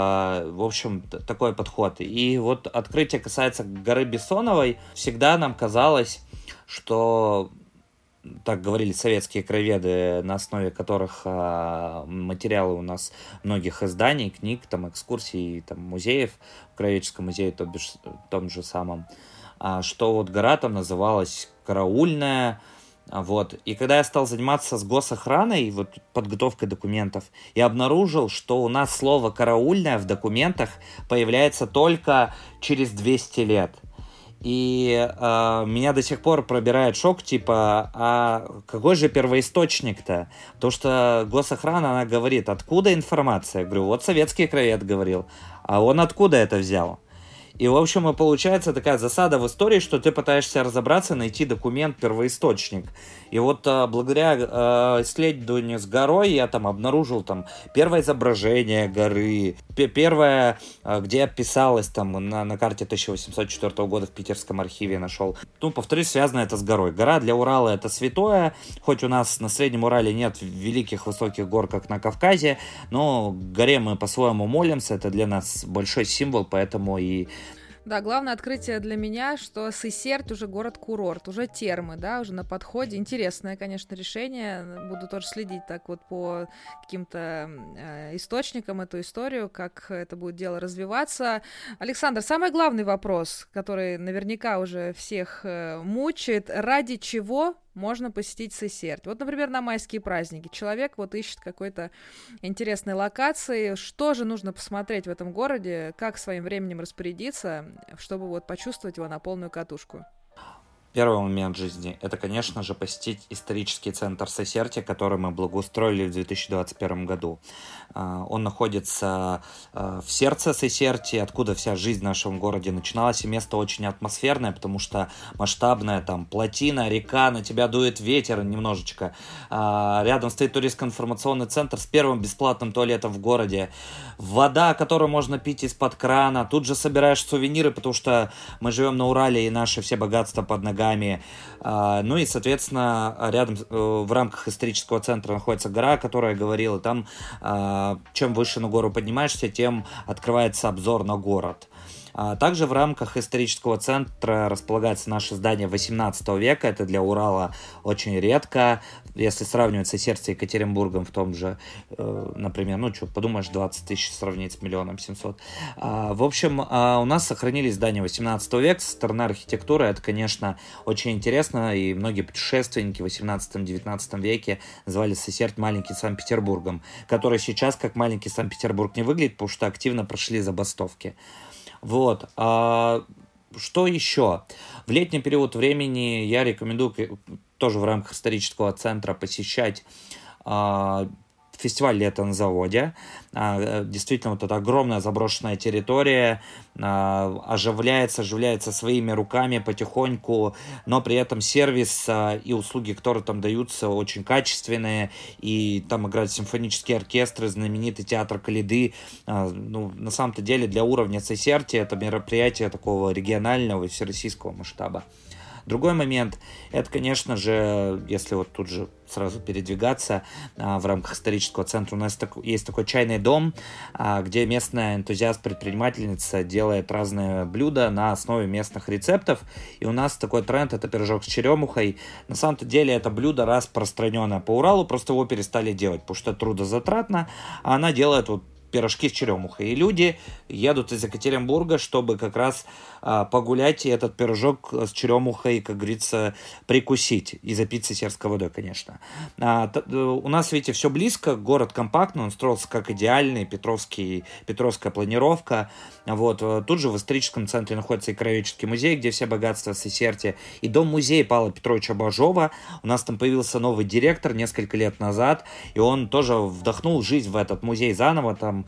в общем, такой подход. И вот открытие касается горы Бессоновой, всегда нам казалось, что, так говорили советские краеведы, на основе которых материалы у нас многих изданий, книг, там, экскурсий, там, музеев, в Краеведческом музее, то бишь, том же самом, что вот гора там называлась Караульная. Вот. И когда я стал заниматься с госохраной, вот, подготовкой документов, я обнаружил, что у нас слово «караульная» в документах появляется только через двести лет. И э, меня до сих пор пробирает шок, типа, а какой же первоисточник-то? Потому что госохрана, она говорит, откуда информация? Я говорю, вот советский краевед говорил, а он откуда это взял? И, в общем, и получается такая засада в истории, что ты пытаешься разобраться, найти документ, первоисточник. И вот а, благодаря а, исследованию с горой я там обнаружил там первое изображение горы, первое, а, где описалось там на, на карте тысяча восемьсот четвёртого года в Питерском архиве нашел. Ну, повторюсь, связано это с горой. Гора для Урала это святое, хоть у нас на Среднем Урале нет великих высоких гор, как на Кавказе, но горе мы по-своему молимся, это для нас большой символ, поэтому и Да, главное открытие для меня, что Сесерть уже город-курорт, уже термы, да, уже на подходе. Интересное, конечно, решение. Буду тоже следить так вот по каким-то э, источникам эту историю, как это будет дело развиваться. Александр, самый главный вопрос, который наверняка уже всех э, мучает, ради чего можно посетить Сесерть? Вот, например, на майские праздники человек вот ищет какой-то интересной локации. Что же нужно посмотреть в этом городе? Как своим временем распорядиться, чтобы вот почувствовать его на полную катушку? Первый момент жизни – это, конечно же, посетить исторический центр Сесерти, который мы благоустроили в две тысячи двадцать первом году. Он находится в сердце Сесерти, откуда вся жизнь в нашем городе начиналась, и место очень атмосферное, потому что масштабная там плотина, река, на тебя дует ветер немножечко. Рядом стоит туристско-информационный центр с первым бесплатным туалетом в городе. Вода, которую можно пить из-под крана. Тут же собираешь сувениры, потому что мы живем на Урале, и наши все богатства под ногами. Ну и, соответственно, рядом в рамках исторического центра находится гора, о которой я говорил. И там, чем выше на гору поднимаешься, тем открывается обзор на город. Также в рамках исторического центра располагается наше здание восемнадцатого века. Это для Урала очень редко. Если сравнивать Сесерть с Екатеринбургом в том же, например, ну что, подумаешь, двадцать тысяч сравнить с миллионом семьсот. В общем, у нас сохранились здания восемнадцатого века. Со стороны архитектуры это, конечно, очень интересно. И многие путешественники в восемнадцатом-девятнадцатом веке называли Сесерть маленьким Санкт-Петербургом, который сейчас как маленький Санкт-Петербург не выглядит, потому что активно прошли забастовки. Вот. А что еще? В летний период времени я рекомендую тоже в рамках исторического центра посещать а, фестиваль «Лето на заводе». А, действительно, вот эта огромная заброшенная территория а, оживляется, оживляется своими руками потихоньку, но при этом сервис а, и услуги, которые там даются, очень качественные, и там играют симфонические оркестры, знаменитый театр Калиды. А, ну, на самом-то деле для уровня Сесерти это мероприятие такого регионального и всероссийского масштаба. Другой момент, это, конечно же, если вот тут же сразу передвигаться а, в рамках исторического центра, у нас так, есть такой чайный дом, а, где местная энтузиаст-предпринимательница делает разные блюда на основе местных рецептов, и у нас такой тренд, это пирожок с черемухой. На самом-то деле это блюдо распространенное по Уралу, просто его перестали делать, потому что трудозатратно, а она делает вот пирожки с черемухой. И люди едут из Екатеринбурга, чтобы как раз а, погулять и этот пирожок с черемухой, как говорится, прикусить. И запить сесерской водой, конечно. А, т- у нас, видите, все близко, город компактный, он строился как идеальный, Петровский, Петровская планировка. Вот. Тут же в историческом центре находится и Краеведческий музей, где все богатства Сесерти, и дом-музей Павла Петровича Бажова. У нас там появился новый директор несколько лет назад, и он тоже вдохнул жизнь в этот музей заново, там,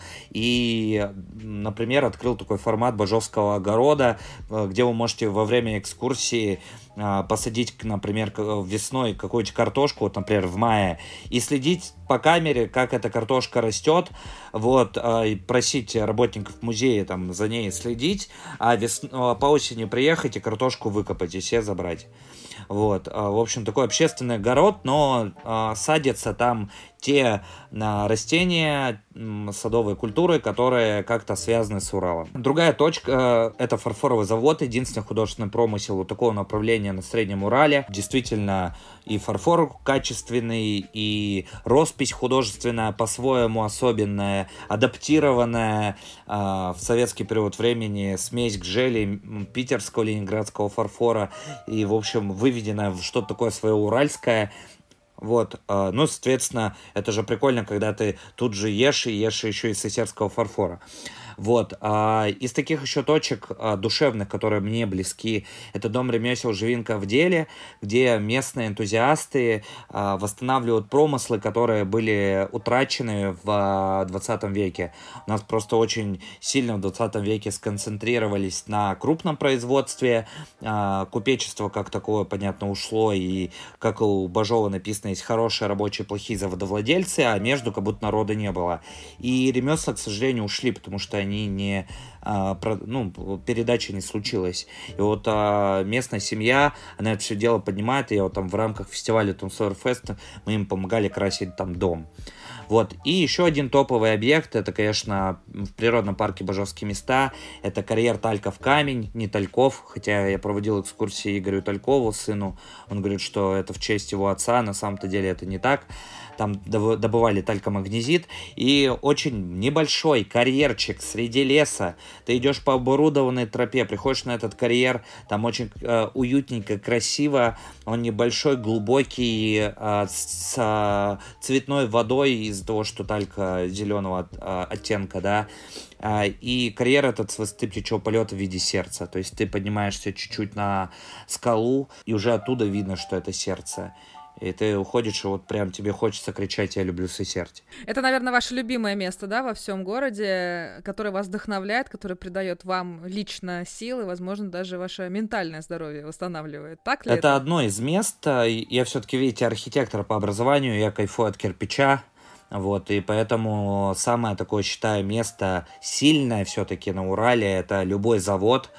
и, например, открыл такой формат Бажовского огорода, где вы можете во время экскурсии посадить, например, весной какую-нибудь картошку, вот, например, в мае, и следить по камере, как эта картошка растет, вот, и просить работников музея там за ней следить, а вес... по осени приехать и картошку выкопать и себе забрать. Вот, в общем, такой общественный огород, но а, садятся там те а, растения, м, садовые культуры, которые как-то связаны с Уралом. Другая точка — это фарфоровый завод, единственный художественный промысел вот такого направления на Среднем Урале. Действительно, и фарфор качественный, и роспись художественная, по-своему особенная, адаптированная а, в советский период времени, смесь гжели питерского, ленинградского фарфора, и, в общем, выведенная в что-то такое свое уральское. Вот, э, ну, соответственно, это же прикольно, когда ты тут же ешь и ешь еще из сесерского фарфора. Вот, а из таких еще точек а, душевных, которые мне близки, это дом ремесел «Живинка в деле», где местные энтузиасты а, восстанавливают промыслы, которые были утрачены в двадцатом веке. У нас просто очень сильно в двадцатом веке сконцентрировались на крупном производстве, а, купечество как такое, понятно, ушло, и как у Бажова написано, есть хорошие рабочие, плохие заводовладельцы, а между как будто народа не было. И ремесла, к сожалению, ушли, потому что они не, а, про, ну, передача не случилась. И вот а, местная семья, она это все дело поднимает, и я вот там в рамках фестиваля Tom Sawyer Fest мы им помогали красить там дом. Вот. И еще один топовый объект, это, конечно, в природном парке Бажовские места, это карьер Тальков камень, не Тальков, хотя я проводил экскурсии Игорю Талькову, сыну, он говорит, что это в честь его отца, на самом-то деле это не так. Там добывали талькомагнезит, и очень небольшой карьерчик среди леса. Ты идешь по оборудованной тропе, приходишь на этот карьер, там очень э, уютненько, красиво, он небольшой, глубокий, э, с э, цветной водой из-за того, что талька зеленого э, оттенка, да. Uh, и карьер этот с высоты птичьего полета в виде сердца. То есть ты поднимаешься чуть-чуть на скалу, и уже оттуда видно, что это сердце. И ты уходишь, и вот прям тебе хочется кричать «Я люблю Сесерти». Это, наверное, ваше любимое место, да, во всем городе, которое вас вдохновляет, которое придает вам лично силы, возможно, даже ваше ментальное здоровье восстанавливает. Так ли это? Это одно из мест. Я все-таки, видите, архитектор по образованию, я кайфую от кирпича. Вот, и поэтому самое такое, считаю, место сильное все-таки на Урале — это любой завод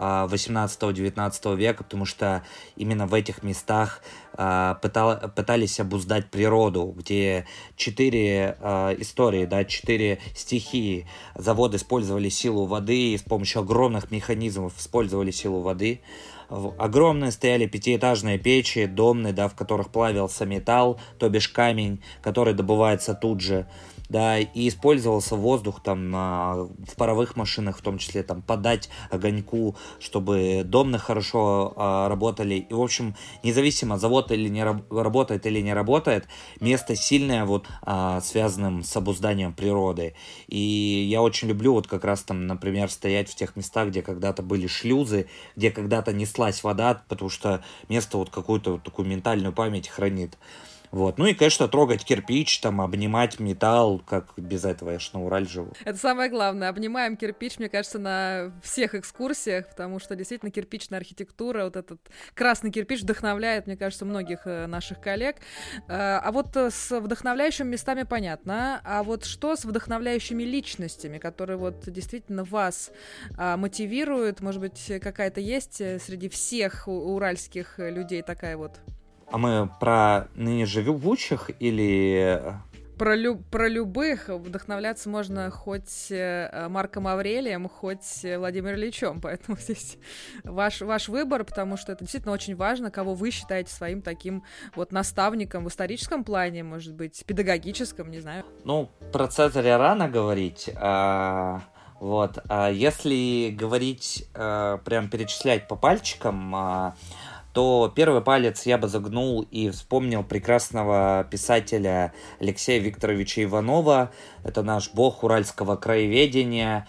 восемнадцатого-девятнадцатого века, потому что именно в этих местах а, пытал, пытались обуздать природу, где четыре а, истории, да, четыре стихии. Заводы использовали силу воды, и с помощью огромных механизмов использовали силу воды. Огромные стояли пятиэтажные печи, домные, да, в которых плавился металл, то бишь камень, который добывается тут же, да, и использовался воздух там на, в паровых машинах, в том числе там подать огоньку, чтобы домны хорошо а, работали. И, в общем, независимо, завод или не раб, работает или не работает, место сильное, вот, а, связанным с обузданием природы. И я очень люблю вот как раз там, например, стоять в тех местах, где когда-то были шлюзы, где когда-то неслась вода, потому что место вот какую-то вот такую ментальную память хранит. Вот. Ну и, конечно, трогать кирпич, там, обнимать металл, как без этого я ж на Урале живу. Это самое главное. Обнимаем кирпич, мне кажется, на всех экскурсиях, потому что действительно кирпичная архитектура, вот этот красный кирпич вдохновляет, мне кажется, многих наших коллег. А вот с вдохновляющими местами понятно. А вот что с вдохновляющими личностями, которые вот действительно вас мотивируют? Может быть, какая-то есть среди всех уральских людей такая вот? А мы про ныне живущих или... Про, лю- про любых вдохновляться можно хоть Марком Аврелием, хоть Владимиром Ильичем, поэтому здесь ваш, ваш выбор, потому что это действительно очень важно, кого вы считаете своим таким вот наставником в историческом плане, может быть, педагогическом, не знаю. Ну, про Цезаря рано говорить, а... Вот, а если говорить, а, прям перечислять по пальчикам, а, то первый палец я бы загнул и вспомнил прекрасного писателя Алексея Викторовича Иванова. Это наш бог уральского краеведения,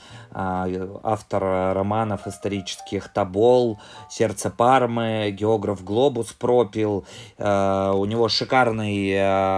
автор романов исторических «Тобол», «Сердце Пармы», «Географ Глобус пропил». У него шикарный,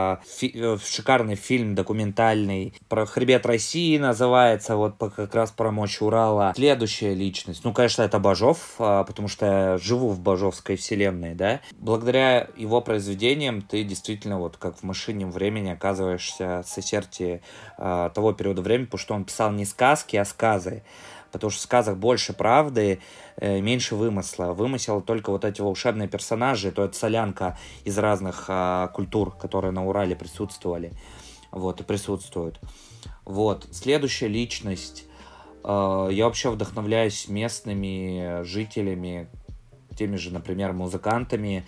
шикарный фильм документальный про хребет России называется, вот как раз про мощь Урала. Следующая личность, ну, конечно, это Бажов, потому что я живу в бажовской вселенной, да. Благодаря его произведениям ты действительно, вот как в машине времени, оказываешься в Сесерте того периода времени, потому что он писал не сказки, а сказы. Потому что в сказах больше правды, э, меньше вымысла. Вымысел только вот эти волшебные персонажи, то это солянка из разных э, культур, которые на Урале присутствовали. Вот, и присутствуют. Вот. Следующая личность. Э, я вообще вдохновляюсь местными жителями, теми же, например, музыкантами.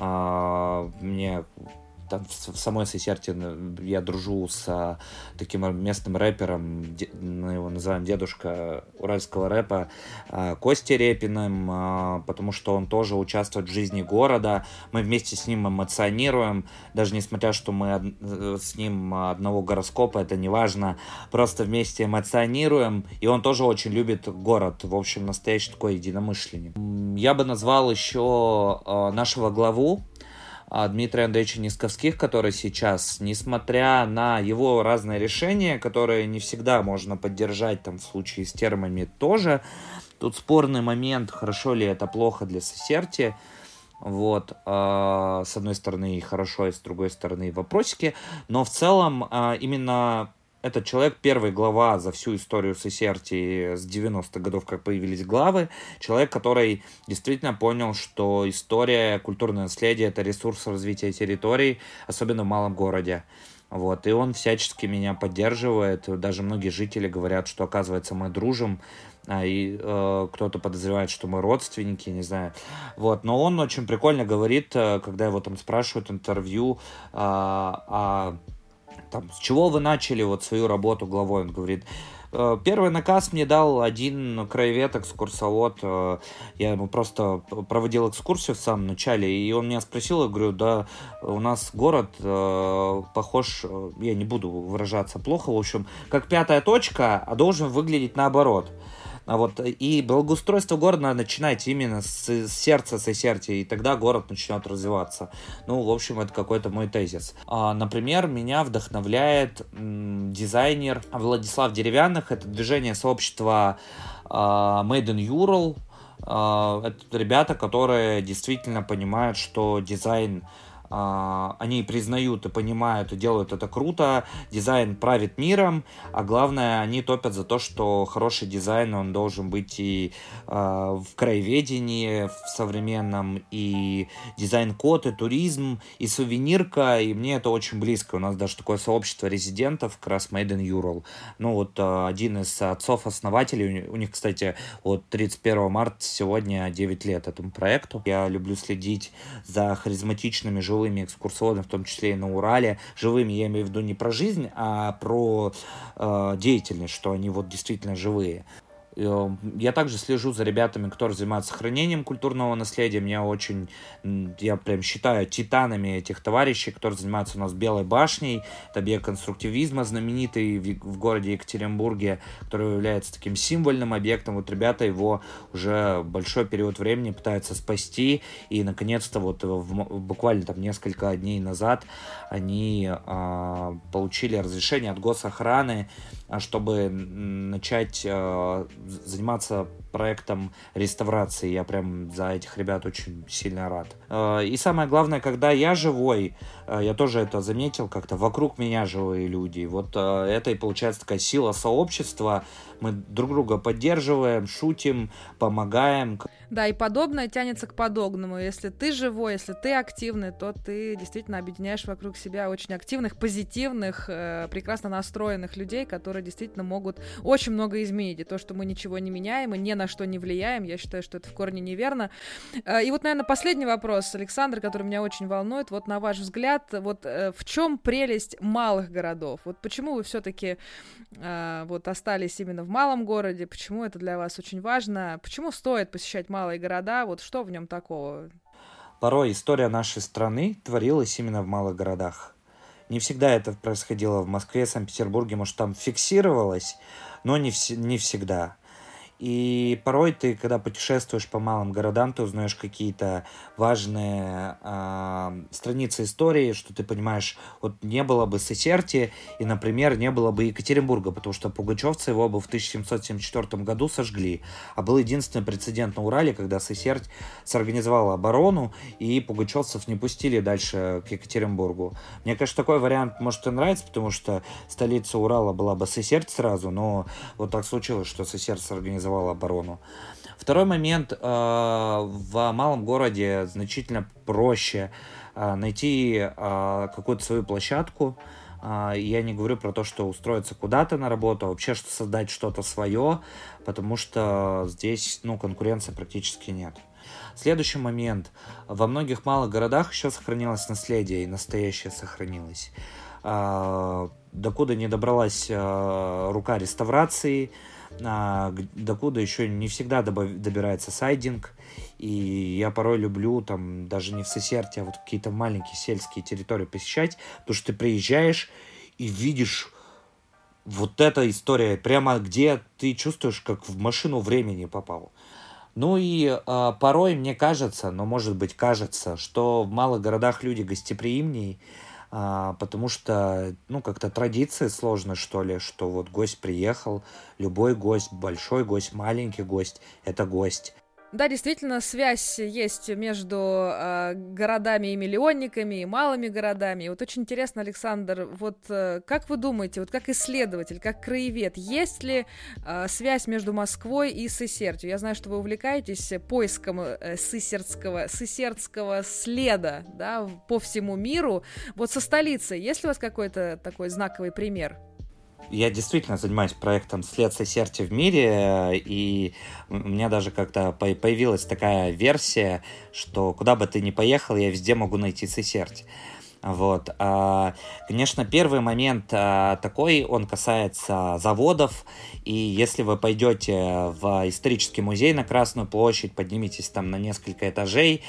Э, мне... Там в самой Сесерте я дружу с а, таким местным рэпером, де, мы его называем дедушка уральского рэпа, а, Костей Репиным, а, потому что он тоже участвует в жизни города. Мы вместе с ним эмоционируем, даже несмотря, что мы од... с ним одного гороскопа, это не важно, просто вместе эмоционируем, и он тоже очень любит город, в общем, настоящий такой единомышленник. Я бы назвал еще а, нашего главу, Дмитрия Андреевича Нисковских, который сейчас, несмотря на его разные решения, которые не всегда можно поддержать, там, в случае с термами тоже, тут спорный момент, хорошо ли это плохо для Сесерти, вот, э, с одной стороны и хорошо, и с другой стороны вопросики, но в целом э, именно... Этот человек первый глава за всю историю Сесерти с девяностых годов, как появились главы. Человек, который действительно понял, что история, культурное наследие – это ресурс развития территорий, особенно в малом городе. Вот. И он всячески меня поддерживает. Даже многие жители говорят, что, оказывается, мы дружим. И э, кто-то подозревает, что мы родственники, не знаю. Вот. Но он очень прикольно говорит, когда его там спрашивают интервью, э, о... Там, с чего вы начали вот свою работу главой? Он говорит, первый наказ мне дал один краевед, экскурсовод. Я ему просто проводил экскурсию в самом начале, и он меня спросил, я говорю, да, у нас город э, похож, я не буду выражаться плохо, в общем, как пятая точка, а должен выглядеть наоборот. А вот, и благоустройство города надо начинать именно с, с сердца Сесерти, и тогда город начнет развиваться. Ну, в общем, это какой-то мой тезис. А, например, меня вдохновляет м, дизайнер Владислав Деревянных. Это движение сообщества а, Made in Ural. А, это ребята, которые действительно понимают, что дизайн... Они признают и понимают и делают это круто. Дизайн правит миром, а главное, они топят за то, что хороший дизайн, он должен быть и э, в краеведении, в современном, и дизайн-код, и туризм, и сувенирка, и мне это очень близко. У нас даже такое сообщество резидентов, как раз Made in Ural. Ну вот э, один из отцов-основателей, у них, кстати, вот тридцать первого марта сегодня девять лет этому проекту. Я люблю следить за харизматичными живыми экскурсоводами, в том числе и на Урале. Живыми я имею в виду не про жизнь, а про э, деятельность, что они вот действительно живые. Я также слежу за ребятами, которые занимаются сохранением культурного наследия. Меня очень, я прям считаю титанами этих товарищей, которые занимаются у нас Белой башней. Это объект конструктивизма знаменитый в городе Екатеринбурге, который является таким символьным объектом. Вот ребята его уже большой период времени пытаются спасти. И, наконец-то, вот в, буквально там несколько дней назад они а, получили разрешение от госохраны, чтобы начать а, заниматься проектом реставрации. Я прям за этих ребят очень сильно рад. И самое главное, когда я живой, я тоже это заметил, как-то вокруг меня живые люди. Вот это и получается такая сила сообщества. Мы друг друга поддерживаем, шутим, помогаем. Да, и подобное тянется к подобному. Если ты живой, если ты активный, то ты действительно объединяешь вокруг себя очень активных, позитивных, прекрасно настроенных людей, которые действительно могут очень много изменить. И то, что мы ничего не меняем и ни на что не влияем, я считаю, что это в корне неверно. И вот, наверное, последний вопрос, Александр, который меня очень волнует. Вот на ваш взгляд, вот в чем прелесть малых городов? Вот почему вы все-таки вот остались именно в малом городе? Почему это для вас очень важно? Почему стоит посещать малые города? Вот что в нем такого? Порой история нашей страны творилась именно в малых городах. Не всегда это происходило в Москве, Санкт-Петербурге, может, там фиксировалось, но не, вс- не всегда. И порой ты, когда путешествуешь по малым городам, ты узнаешь какие-то важные э, страницы истории, что ты понимаешь, вот не было бы Сесерти, и, например, не было бы Екатеринбурга, потому что пугачевцы его бы в тысяча семьсот семьдесят четвёртом году сожгли. А был единственный прецедент на Урале, когда Сесерть сорганизовала оборону, и пугачевцев не пустили дальше к Екатеринбургу. Мне, конечно, такой вариант может и нравится, потому что столица Урала была бы Сесерть сразу, но вот так случилось, что Сесерть сорганизовала оборону. Второй момент. В малом городе значительно проще найти какую-то свою площадку. Я не говорю про то, что устроиться куда-то на работу, а вообще что создать что-то свое, потому что здесь, ну, конкуренции практически нет. Следующий момент. Во многих малых городах еще сохранилось наследие, и настоящее сохранилось. Докуда не добралась рука реставрации, докуда еще не всегда добирается сайдинг, и я порой люблю там даже не в Сесерти, а вот какие-то маленькие сельские территории посещать, потому что ты приезжаешь и видишь вот эта история, прямо где ты чувствуешь, как в машину времени попал. Ну и э, порой мне кажется, но может быть кажется, что в малых городах люди гостеприимней, А, потому что, ну, как-то традиции сложно, что ли, что вот гость приехал, любой гость, большой гость, маленький гость, это гость. Да, действительно, связь есть между э, городами и миллионниками, и малыми городами. И вот очень интересно, Александр, вот э, как вы думаете, вот как исследователь, как краевед, есть ли э, связь между Москвой и Сесертью? Я знаю, что вы увлекаетесь поиском э, сесертского, сесертского следа, да, по всему миру. Вот со столицей есть ли у вас какой-то такой знаковый пример? Я действительно занимаюсь проектом «След Сесерти в мире», и у меня даже как-то появилась такая версия, что куда бы ты ни поехал, я везде могу найти Сесерть. Вот. Конечно, первый момент такой, он касается заводов, и если вы пойдете в исторический музей на Красную площадь, подниметесь там на несколько этажей,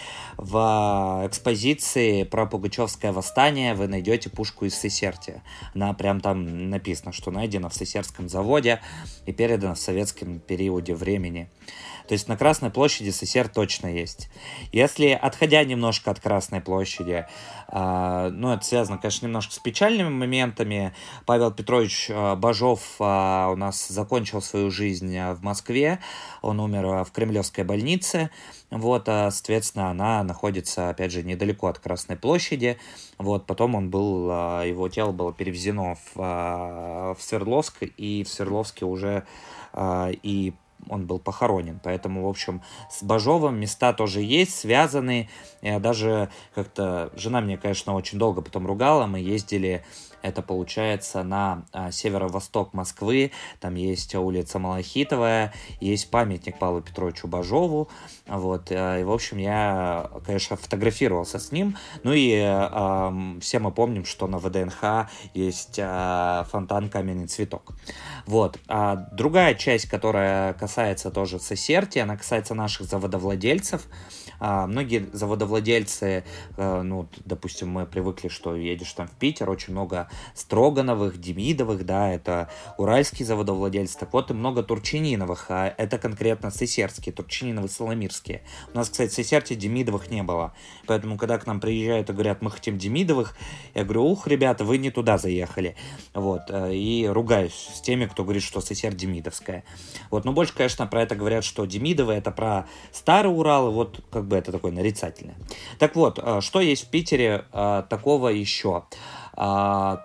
в экспозиции про Пугачевское восстание вы найдете пушку из Сесерти. Она прям там написано, что найдена в Сесертском заводе и передана в советском периоде времени. То есть на Красной площади Сесерть точно есть. Если, отходя немножко от Красной площади, э, ну, это связано, конечно, немножко с печальными моментами. Павел Петрович э, Бажов э, у нас закончил свою жизнь в Москве. Он умер в Кремлевской больнице. Вот, а, соответственно, она находится, опять же, недалеко от Красной площади. Вот, потом он был, э, его тело было перевезено в, э, в Свердловск, и в Свердловске уже э, и он был похоронен. Поэтому, в общем, с Бажовым места тоже есть, связаны. Я даже как-то... Жена меня, конечно, очень долго потом ругала. Мы ездили это получается на а, северо-восток Москвы, там есть улица Малахитовая, есть памятник Павлу Петровичу Бажову, вот, и, в общем, я, конечно, фотографировался с ним, ну и а, все мы помним, что на ВДНХ есть а, фонтан «Каменный цветок». Вот. А другая часть, которая касается тоже Сесерти, она касается наших заводовладельцев. А, многие заводовладельцы, а, ну, допустим, мы привыкли, что едешь там в Питер, очень много Строгановых, Демидовых, да, это уральские заводовладельцы, так вот и много Турчининовых, а это конкретно сесерские, Турчининовы, Соломирские. У нас, кстати, в Сесерти Демидовых не было, поэтому, когда к нам приезжают и говорят, мы хотим Демидовых, я говорю, ух, ребята, вы не туда заехали, вот, и ругаюсь с теми, кто говорит, что Сесерт Демидовская. Вот, но больше, конечно, про это говорят, что Демидовы это про старый Урал, и вот как бы это такое нарицательное. Так вот, что есть в Питере а, такого еще? А,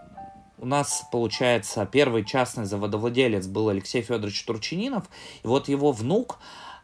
у нас, получается, первый частный заводовладелец был Алексей Федорович Турчининов, и вот его внук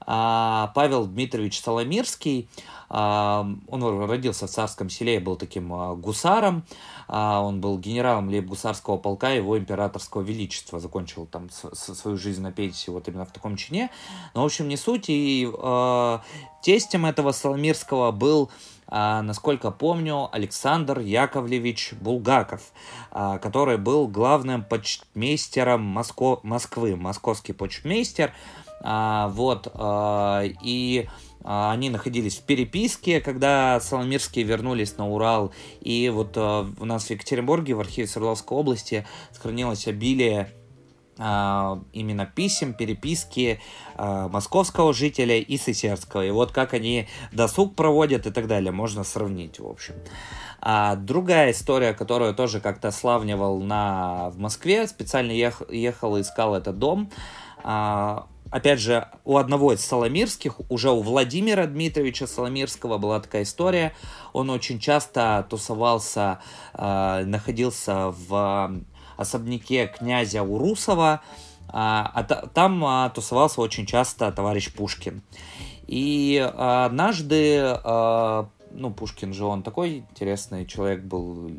а, Павел Дмитриевич Соломирский, а, он родился в Царском Селе и был таким а, гусаром, а, он был генералом лейб-гусарского полка его императорского величества, закончил там с, с, свою жизнь на пенсии вот именно в таком чине, но, в общем, не суть, и а, тестем этого Соломирского был, а, насколько помню, Александр Яковлевич Булгаков, а, который был главным почтмейстером Моско... Москвы, московский почтмейстер, а, вот, а, и а, они находились в переписке, когда Соломирские вернулись на Урал, и вот а, у нас в Екатеринбурге, в архиве Свердловской области сохранилось обилие именно писем, переписки э, московского жителя и сесерского. И вот как они досуг проводят и так далее, можно сравнить, в общем. А другая история, которую тоже как-то славнивал на, в Москве, специально ех, ехал и искал этот дом. А, опять же, у одного из Соломирских, уже у Владимира Дмитриевича Соломирского была такая история. Он очень часто тусовался, э, находился в особняке князя Урусова, а, а там а, тусовался очень часто товарищ Пушкин. И а, однажды, а, ну, Пушкин же он такой интересный человек был,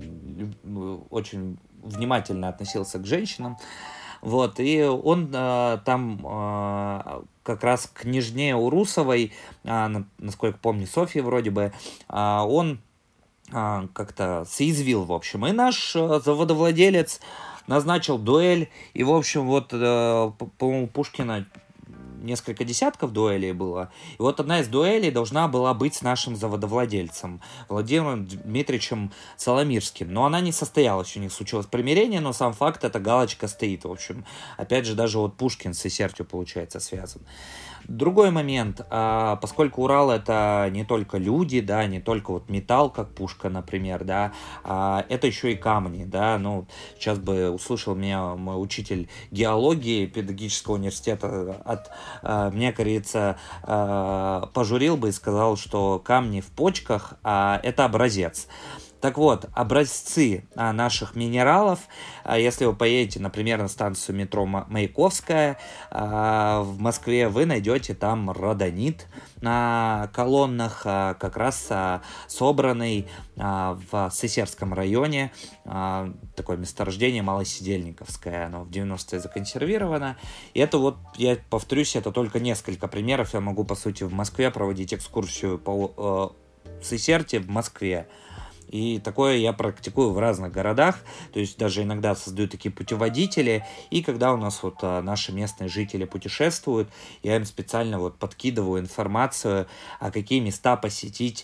очень внимательно относился к женщинам, вот, и он а, там а, как раз к княжне Урусовой, а, насколько помню, Софье вроде бы, а, он а, как-то соизвил, в общем, и наш а, заводовладелец назначил дуэль, и, в общем, вот, э, по-моему, Пушкина несколько десятков дуэлей было, и вот одна из дуэлей должна была быть с нашим заводовладельцем Владимиром Дмитриевичем Соломирским, но она не состоялась, у них случилось примирение, но сам факт, эта галочка стоит, в общем, опять же, даже вот Пушкин с Сесертью, получается, связан. Другой момент, а, поскольку Урал это не только люди, да, не только вот металл, как пушка, например, да, а, это еще и камни, да, ну, сейчас бы услышал меня мой учитель геологии педагогического университета, от а, меня, кажется, а, пожурил бы и сказал, что камни в почках, а, это образец. Так вот, образцы а, наших минералов, а, если вы поедете, например, на станцию метро Маяковская а, в Москве, вы найдете там родонит на колоннах, а, как раз а, собранный а, в Сесерском районе, а, такое месторождение Малосидельниковское, оно в девяностые законсервировано. И это вот, я повторюсь, это только несколько примеров. Я могу, по сути, в Москве проводить экскурсию по э, Сесерти в Москве. И такое я практикую в разных городах, то есть даже иногда создаю такие путеводители, и когда у нас вот а, наши местные жители путешествуют, я им специально вот подкидываю информацию, а какие места посетить,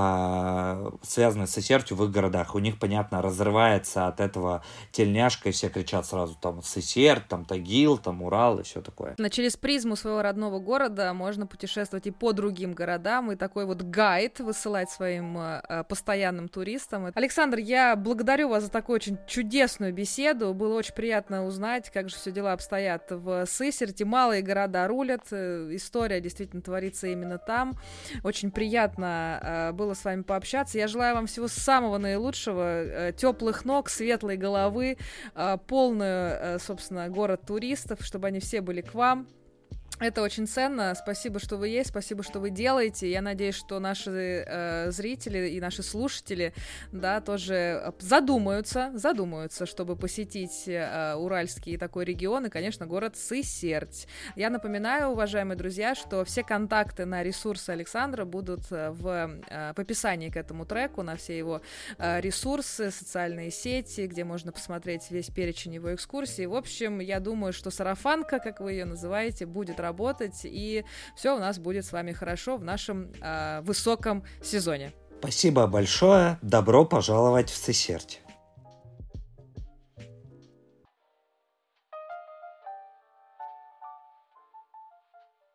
а, связанные с Сесертью в их городах. У них, понятно, разрывается от этого тельняшка, и все кричат сразу там Сесерт, там Тагил, там Урал и все такое. Но через призму своего родного города можно путешествовать и по другим городам, и такой вот гайд высылать своим а, постоянным туристам. Александр, я благодарю вас за такую очень чудесную беседу. Было очень приятно узнать, как же все дела обстоят в Сесерти. Малые города рулят. История действительно творится именно там. Очень приятно было с вами пообщаться. Я желаю вам всего самого наилучшего. Теплых ног, светлой головы, полную, собственно, город туристов, чтобы они все были к вам. Это очень ценно. Спасибо, что вы есть, спасибо, что вы делаете. Я надеюсь, что наши э, зрители и наши слушатели, да, тоже задумаются, задумаются, чтобы посетить э, Уральский такой регион и, конечно, город Сысерть. Я напоминаю, уважаемые друзья, что все контакты на ресурсы Александра будут в, э, в описании к этому треку, на все его э, ресурсы, социальные сети, где можно посмотреть весь перечень его экскурсий. В общем, я думаю, что сарафанка, как вы ее называете, будет работать. работать, и все у нас будет с вами хорошо в нашем э, высоком сезоне. Спасибо большое. Добро пожаловать в Сысерть.